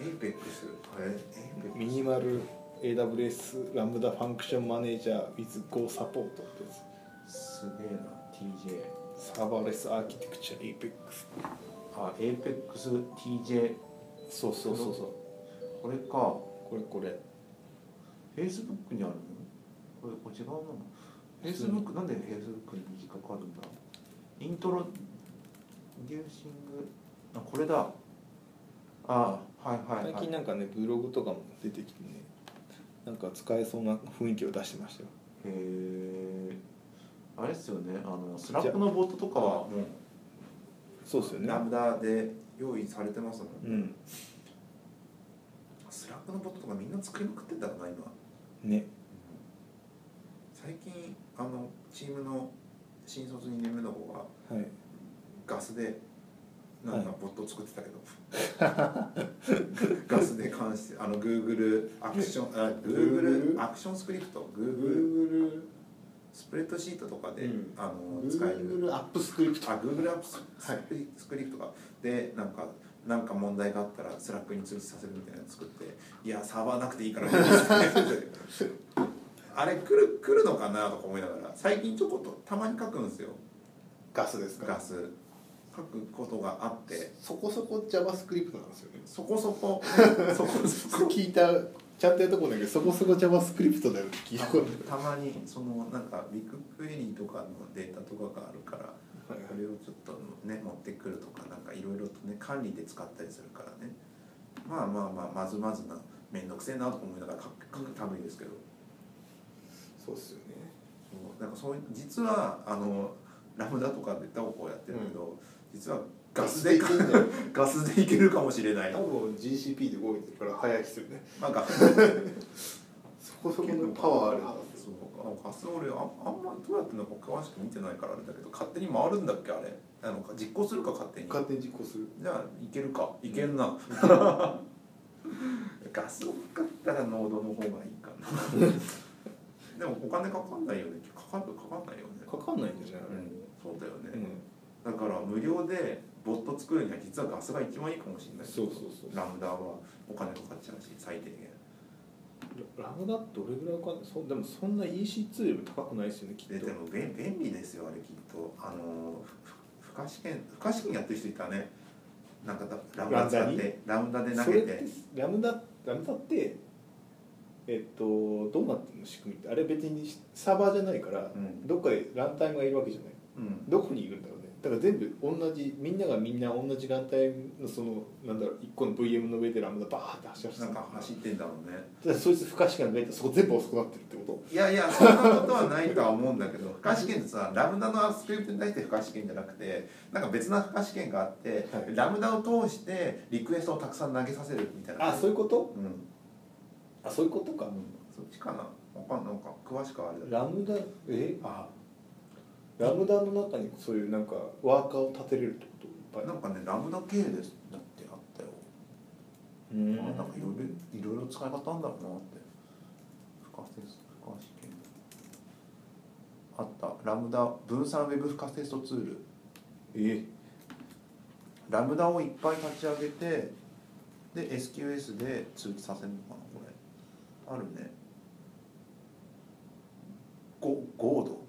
B: ミニマル AWS ラムダファンクションマネージャー with Go サポートってやつ。
A: すげえな TJ
B: サーバーレスアーキテクチャ Apex。
A: Apex TJ。
B: そう
A: これか。
B: これ
A: Facebook にあるの。これ違うな。 Facebook なんで Facebook に短くあるんだ。イントロデューシングこれだ。最
B: 近なんかねブログとかも出てきてね、なんか使えそうな雰囲気を出してましたよ。
A: あれですよね、スラックのボットとかはもう
B: そうですよね、
A: ラムダで用意されてますもんね、スラックのボットとかみんな作りまくってんだろうな今ね、最近チームの新卒2年目の方が、ガスでなんかボットを作ってたけど、ガスで関してGoogle アクションスクリプト、Google スプレッドシートとかで、使える
B: Google アップスクリプト、
A: Google アップスクリプトとかでなんか問題があったらスラックに通知させるみたいなの作って、いやサーバーなくていいからあれ来るのかなとか思いながら最近ちょこっとたまに書くんですよ。
B: ガスですか。
A: ガス書くことがあって、
B: そこそこ JavaScript なんですよね。そこそこ聞いた、ちゃんとやったことないけど、そこそこ JavaScript だよって聞いたことない。
A: たまになんかビッグクエリーとかのデータとかがあるから、 れをちょっとね持ってくるとかなんかいろいろとね管理で使ったりするからね、まずまずな面倒くせえなとか思いながら書くためですけど、
B: そうっすよね。
A: なんかそういう実はラムダとかでダオコをやってるけど、実はガスでガスでいけるかもしれない。
B: 多分 GCP で動いてるから早いですよね。
A: なんか
B: そこそこのパワーあるはず。
A: そうガス俺あんまどうやってんのか詳しく見てないからあれだけど、勝手に回るんだっけあれ、実行するか勝手に
B: 実行する。
A: じゃあいけるか、いけるな、ガスを使ったらノードの方がいいかなでもお金かかんないよね。かかんないよね。
B: かかんないんじゃない、
A: そうだよね、だから無料でボット作るには実はガスが一番いいかもしれない。
B: そう
A: ラムダはお金かかっちゃうし最低限。
B: ラムダってどれぐらいかかんない。でもそんな EC2 より高くないですよねきっと。
A: でも便利ですよあれきっと。負荷試験やってる人いたね。なんかラムダ使ってラムダで投げて。
B: ラムダってどうなってるの仕組みって。あれ別にサーバーじゃないから、どっかでランタイムがいるわけじゃない、どこにいるんだろうね。だから全部同じ、みんな同じランタイムのそのなんだろう1個の VM の上でラムダバーって走らせて
A: なんか走ってんだろうね。
B: ただそいつ負荷試験がないとそこ全部遅くなってるってこと。
A: いやそんなことはないとは思うんだけど負荷試験ってさラムダのスクリプトに対して負荷試験じゃなくてなんか別な負荷試験があって、ラムダを通してリクエストをたくさん投げさせるみたいな。
B: そういうこと、そういうことか、
A: そっちかな。わかんない。なんか詳しくはあれ
B: だ。ラムダラムダの中にそういうなんかワーカーを立てれるってこと。
A: なんかねラムダ系ですだってあったよ。なんかいろいろ使い方あんだろうなって。負荷試験あった。ラムダ分散ウェブ負荷テストツール。ラムダをいっぱい立ち上げてで SQS で通知させるのかなこれ。あるね。GOAD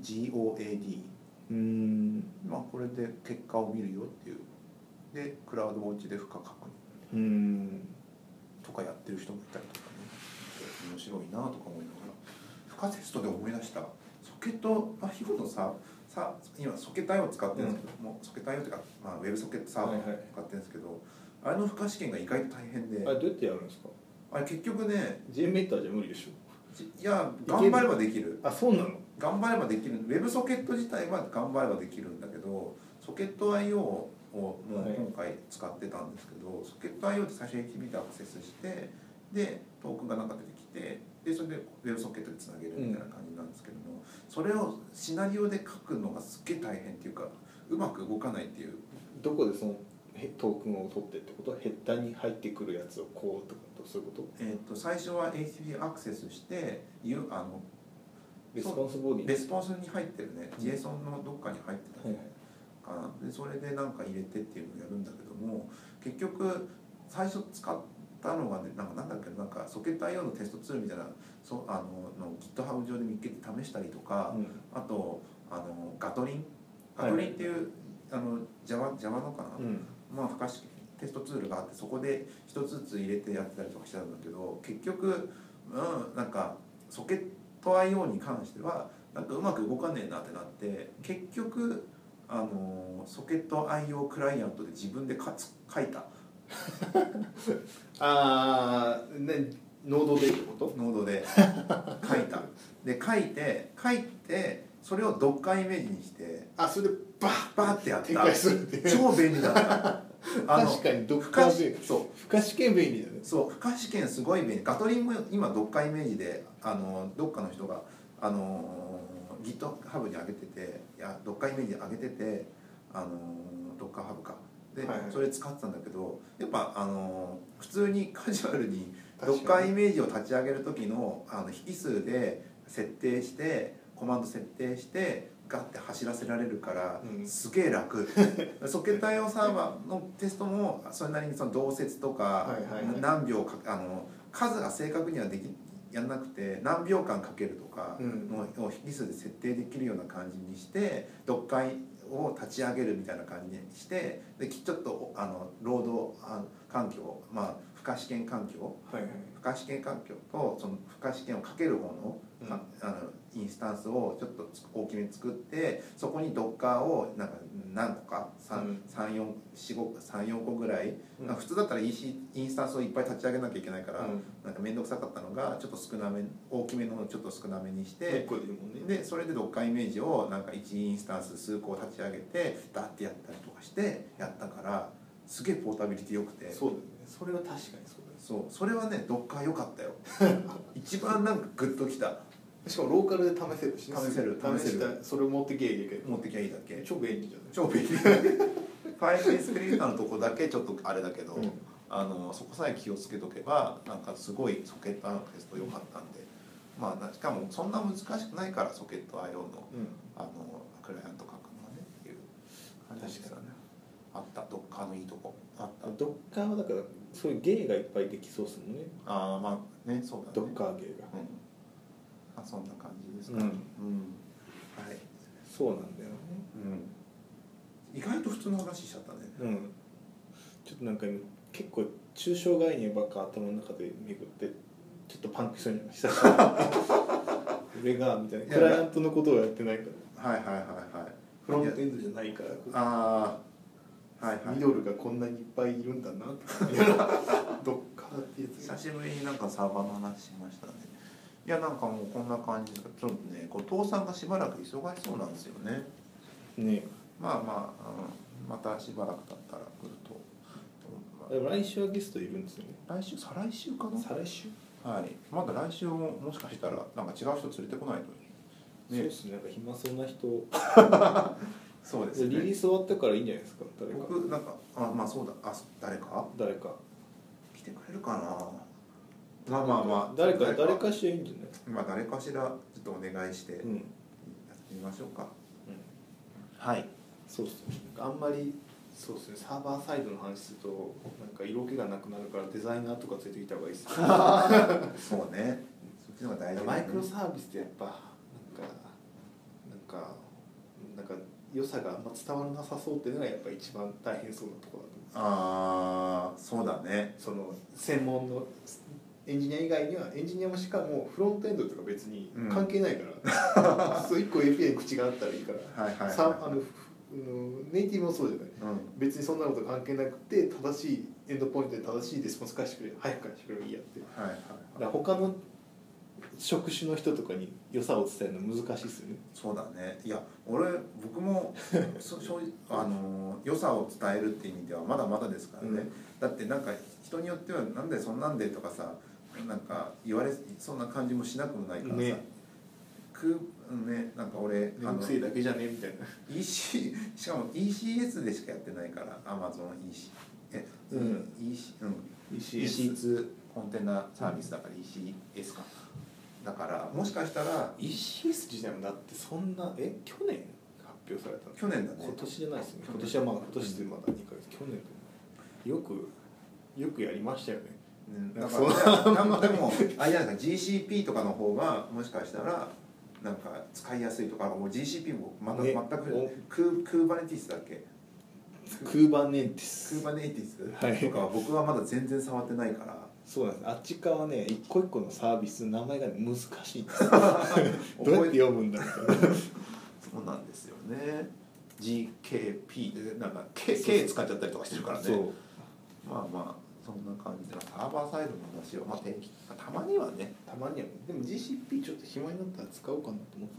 A: GOAD。これで結果を見るよっていう。でクラウドウォッチで負荷確認とかやってる人もいたりとかね。面白いなとか思いながら。負荷テストで思い出した。ソケットヒゴのさ今ソケット IO 使ってるんですけども、ソケット IO っていうか、ウェブソケットサーバー使ってるんですけど、あれの負荷試験が意外と大変で。
B: あれどうやってやるんですか。
A: あれ結局ね
B: JMeter じゃ無理でしょ。
A: いや頑張ればできる。
B: そうなの。
A: 頑張ればできる。ウェブソケット自体は頑張ればできるんだけど、ソケット IO をもう今回使ってたんですけど、ソケット IO って最初 HTTP でアクセスしてでトークンがなんか出てきてでそれでウェブソケットでつなげるみたいな感じなんですけども、それをシナリオで書くのがすっげえ大変っていうかうまく動かないっていう。
B: どこでそのトークンを取ってってことはヘッダーに入ってくるやつをこうとかそういうこと。
A: 最初は HTTP アクセスして
B: レスポンスボディ
A: レスポンスに入ってるね、JSON のどっかに入ってたかな、でそれでなんか入れてっていうのをやるんだけども、結局最初使ったのがねなんだっけなんかソケット IO のテストツールみたいなの GitHub 上で見つけて試したりとか、あとガトリンっていうJava のかな、負荷試験テストツールがあってそこで一つずつ入れてやってたりとかしてたんだけど、結局なんかソケット IO に関してはなんかうまく動かねえなってなって結局ソケット IO クライアントで自分で書いた
B: ノードでってこと。
A: ノードで書いた。で書いてそれを Docker イメージにして
B: それでバ
A: ーってやった。
B: て
A: 超便利だった
B: 確かにDocker負荷試験便利だね。
A: そう負荷試験すごい便利。ガトリンも今 Docker イメージでどっかの人がGitHub に上げててDocker イメージで上げててDocker Hub かで、それ使ってたんだけどやっぱ普通にカジュアルにDocker イメージを立ち上げる時の引数で設定してコマンド設定してガッて走らせられるから、すげえ楽ソケット IO サーバーのテストもそれなりにその同説とか、何秒か数が正確にはやんなくて何秒間かけるとかの引数で設定できるような感じにしてDockerを立ち上げるみたいな感じにしてでちょっとロード環境負荷試験環境、
B: はいはい、
A: 負荷試験環境とその負荷試験をかける方の、インスタンスをちょっと大きめに作って、そこに Docker をなんか何個か34個ぐらい、普通だったら EC インスタンスをいっぱい立ち上げなきゃいけないから、なんか面倒くさかったのがちょっと少なめ、大きめのちょっと少なめにして、でそれで Docker イメージをなんか1インスタンス数個立ち上げてダッてやったりとかしてやったから、すげえポータビリティ良くて。
B: そうだよね、それは確かにそうだよ。
A: それはね Docker 良かったよ一番なんかグッときた。
B: しかもローカルで試せるし、ね、
A: 試せる
B: それを持ってきゃいいだけ、
A: 持ってきゃいいだけ、
B: 超便利じゃない。
A: 超便利ファイルエスクレーターのとこだけちょっとあれだけど、そこさえ気をつけとけばなんかすごいソケットアクセスと良かったんで、まあしかもそんな難しくないからソケット IO の、クライアント書くのはねっていう感じですよね。あった。Docker のいいとこあった。
B: Docker はだからそういう芸がいっぱいできそうですもんね。
A: まあね、そうだね。
B: Docker 芸が。
A: そんな感じですか。はい。
B: そうなんだよね。
A: 意外と普通の話しちゃったね。
B: ちょっとなんか結構抽象概念ばっか頭の中で巡ってちょっとパンクしそうになりました。俺がみたいな、クライアントのことをやってないから。フロントエンドじゃないから。ミドルがこんなにいっぱいいるんだなってどっかってやつ。
A: 久しぶりになんかサーバーの話しましたね。いやなんかもうこんな感じでちょっとね、倒産がしばらく忙しそうなんですよね。またしばらく経ったら来ると。
B: でも来週はゲストいるんですよね。
A: 来週、再来週かな。
B: 再来週。
A: はい。まだ来週ももしかしたらなんか違う人連れてこないと。
B: そうですね。なんか暇そうな人。
A: そうですね。
B: リリース終わってからいいんじゃないですか。誰か。
A: 僕なんかそうだ。誰か来てくれるかな。誰
B: かしらいいんじゃない。
A: 誰かしらちょっとお願いしてやってみましょうか。はい。
B: そうですね。あんまりそうですね。サーバーサイドの話するとなんか色気がなくなるからデザイナーとか連れてきた方がいいですね。
A: そうね。そっちの方が大事。
B: マイクロサービスってやっぱなんか良さがあんま伝わらなさそうっていうのがやっぱ一番大変そうなところだと思うんです。
A: そうだね。
B: その専門のエンジニア以外にはエンジニアもしかもフロントエンドとか別に関係ないから、そう1個 API に口があったらいいから、ネイティブもそうじゃない、別にそんなこと関係なくて正しいエンドポイントで正しいレスポンス返してくれ、早く返してくればいいやって、だから他の職種の人とかに良さを伝えるの難しいですよね。
A: そうだね。いや僕も良さを伝えるっていう意味ではまだまだですからね、だってなんか人によってはなんでそんなんでとかさ、なんか言われそんな感じもしなくもないからさ、なんか俺
B: せいだけじゃねみたいな
A: EC しかも ECS でしかやってないから Amazon EC2 コンテナサービスだから ECS か、だからもしかしたら
B: ECS 自体もだってそんな去年発表されたの。
A: 去年だね。
B: 今年じゃないですね。今年は今年でまだ2ヶ月、去年よくやりましたよね。
A: だからでもあれじゃないですか、 GCP とかの方がもしかしたらなんか使いやすいとか、もう GCP も全くクーバネティスだっけ、
B: クーバネティス
A: とかは僕はまだ全然触ってないから。
B: そうなんです。あっち側はね、一個一個のサービスの名前が難しいんですどうやって読むんだみたいな
A: そうなんですよね。 GKP でなんか K 使っちゃったりとかしてるからね。まあそんな感じでサーバーサイドの話をたまにはね。
B: でも GCP ちょっと暇になったら使おうかなと思って、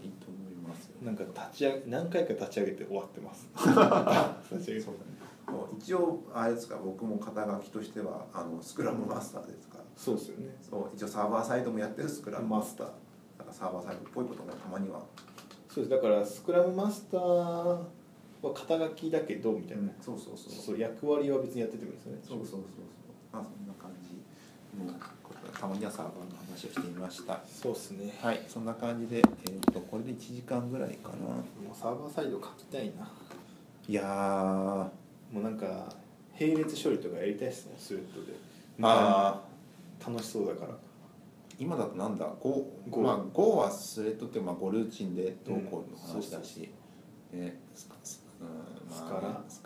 A: いいと思いますよ。
B: なんか何回か立ち上げて終わってます立ち上げて。
A: そうだね。一応あれですか、僕も肩書きとしてはスクラムマスターですから。
B: そうですよね。
A: 一応サーバーサイドもやってるスクラムマスターだからサーバーサイドっぽいこともたまには。
B: そうです。だからスクラムマスターは肩書きだけどみたいな、そう役割は別にやっててもいいですよね。
A: そうそんな感じのことたまにはサーバーの話をしてみました。
B: そうですね。
A: はい、そんな感じでこれで1時間ぐらいかな。
B: もうサーバーサイド書きたいな。
A: いや
B: もうなんか並列処理とかやりたいですね、スレッドで。楽しそうだから。
A: 今だとなんだ Go はスレッドってGoルーチンでどうこうの話だし、スカラか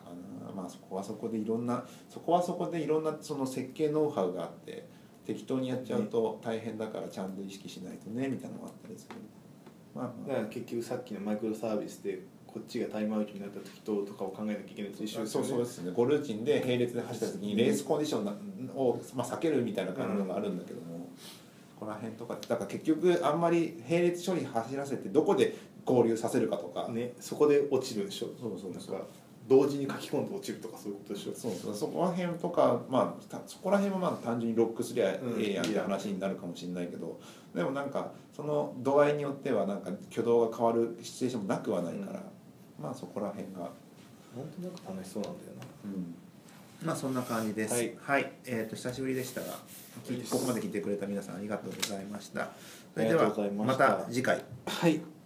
A: な。まあそこはそこでいろんなその設計ノウハウがあって適当にやっちゃうと大変だからちゃんと意識しないとねみたいなのがあったりする。まあまあ、
B: だから結局さっきのマイクロサービスでこっちがタイムアウトになった時とかを考えなきゃいけないと一緒ですよね。
A: そうですね。5ルーチンで並列で走った時にレースコンディションを、まあ、避けるみたいな感じのがあるんだけども、ここら辺とかだから結局あんまり並列処理走らせてどこで合流させるかとか、
B: ね、そこで落ちるでしょ。
A: そう
B: なんか同時に書き込んで落ちるとかそういうことでしょ。
A: そこら辺とか、まあそこら辺はまあ単純にロックすりゃええやんって話になるかもしれないけど、でもなんかその度合いによってはなんか挙動が変わるシチュエーションもなくはないから、まあそこら辺が
B: 本当なんか楽しそうなんだよな。
A: まあそんな感じです。
B: はい、
A: 久しぶりでしたが、ここまで聞いてくれた皆さんありがとうございました。それで
B: ありが
A: は
B: とうございました
A: また次回。
B: はい。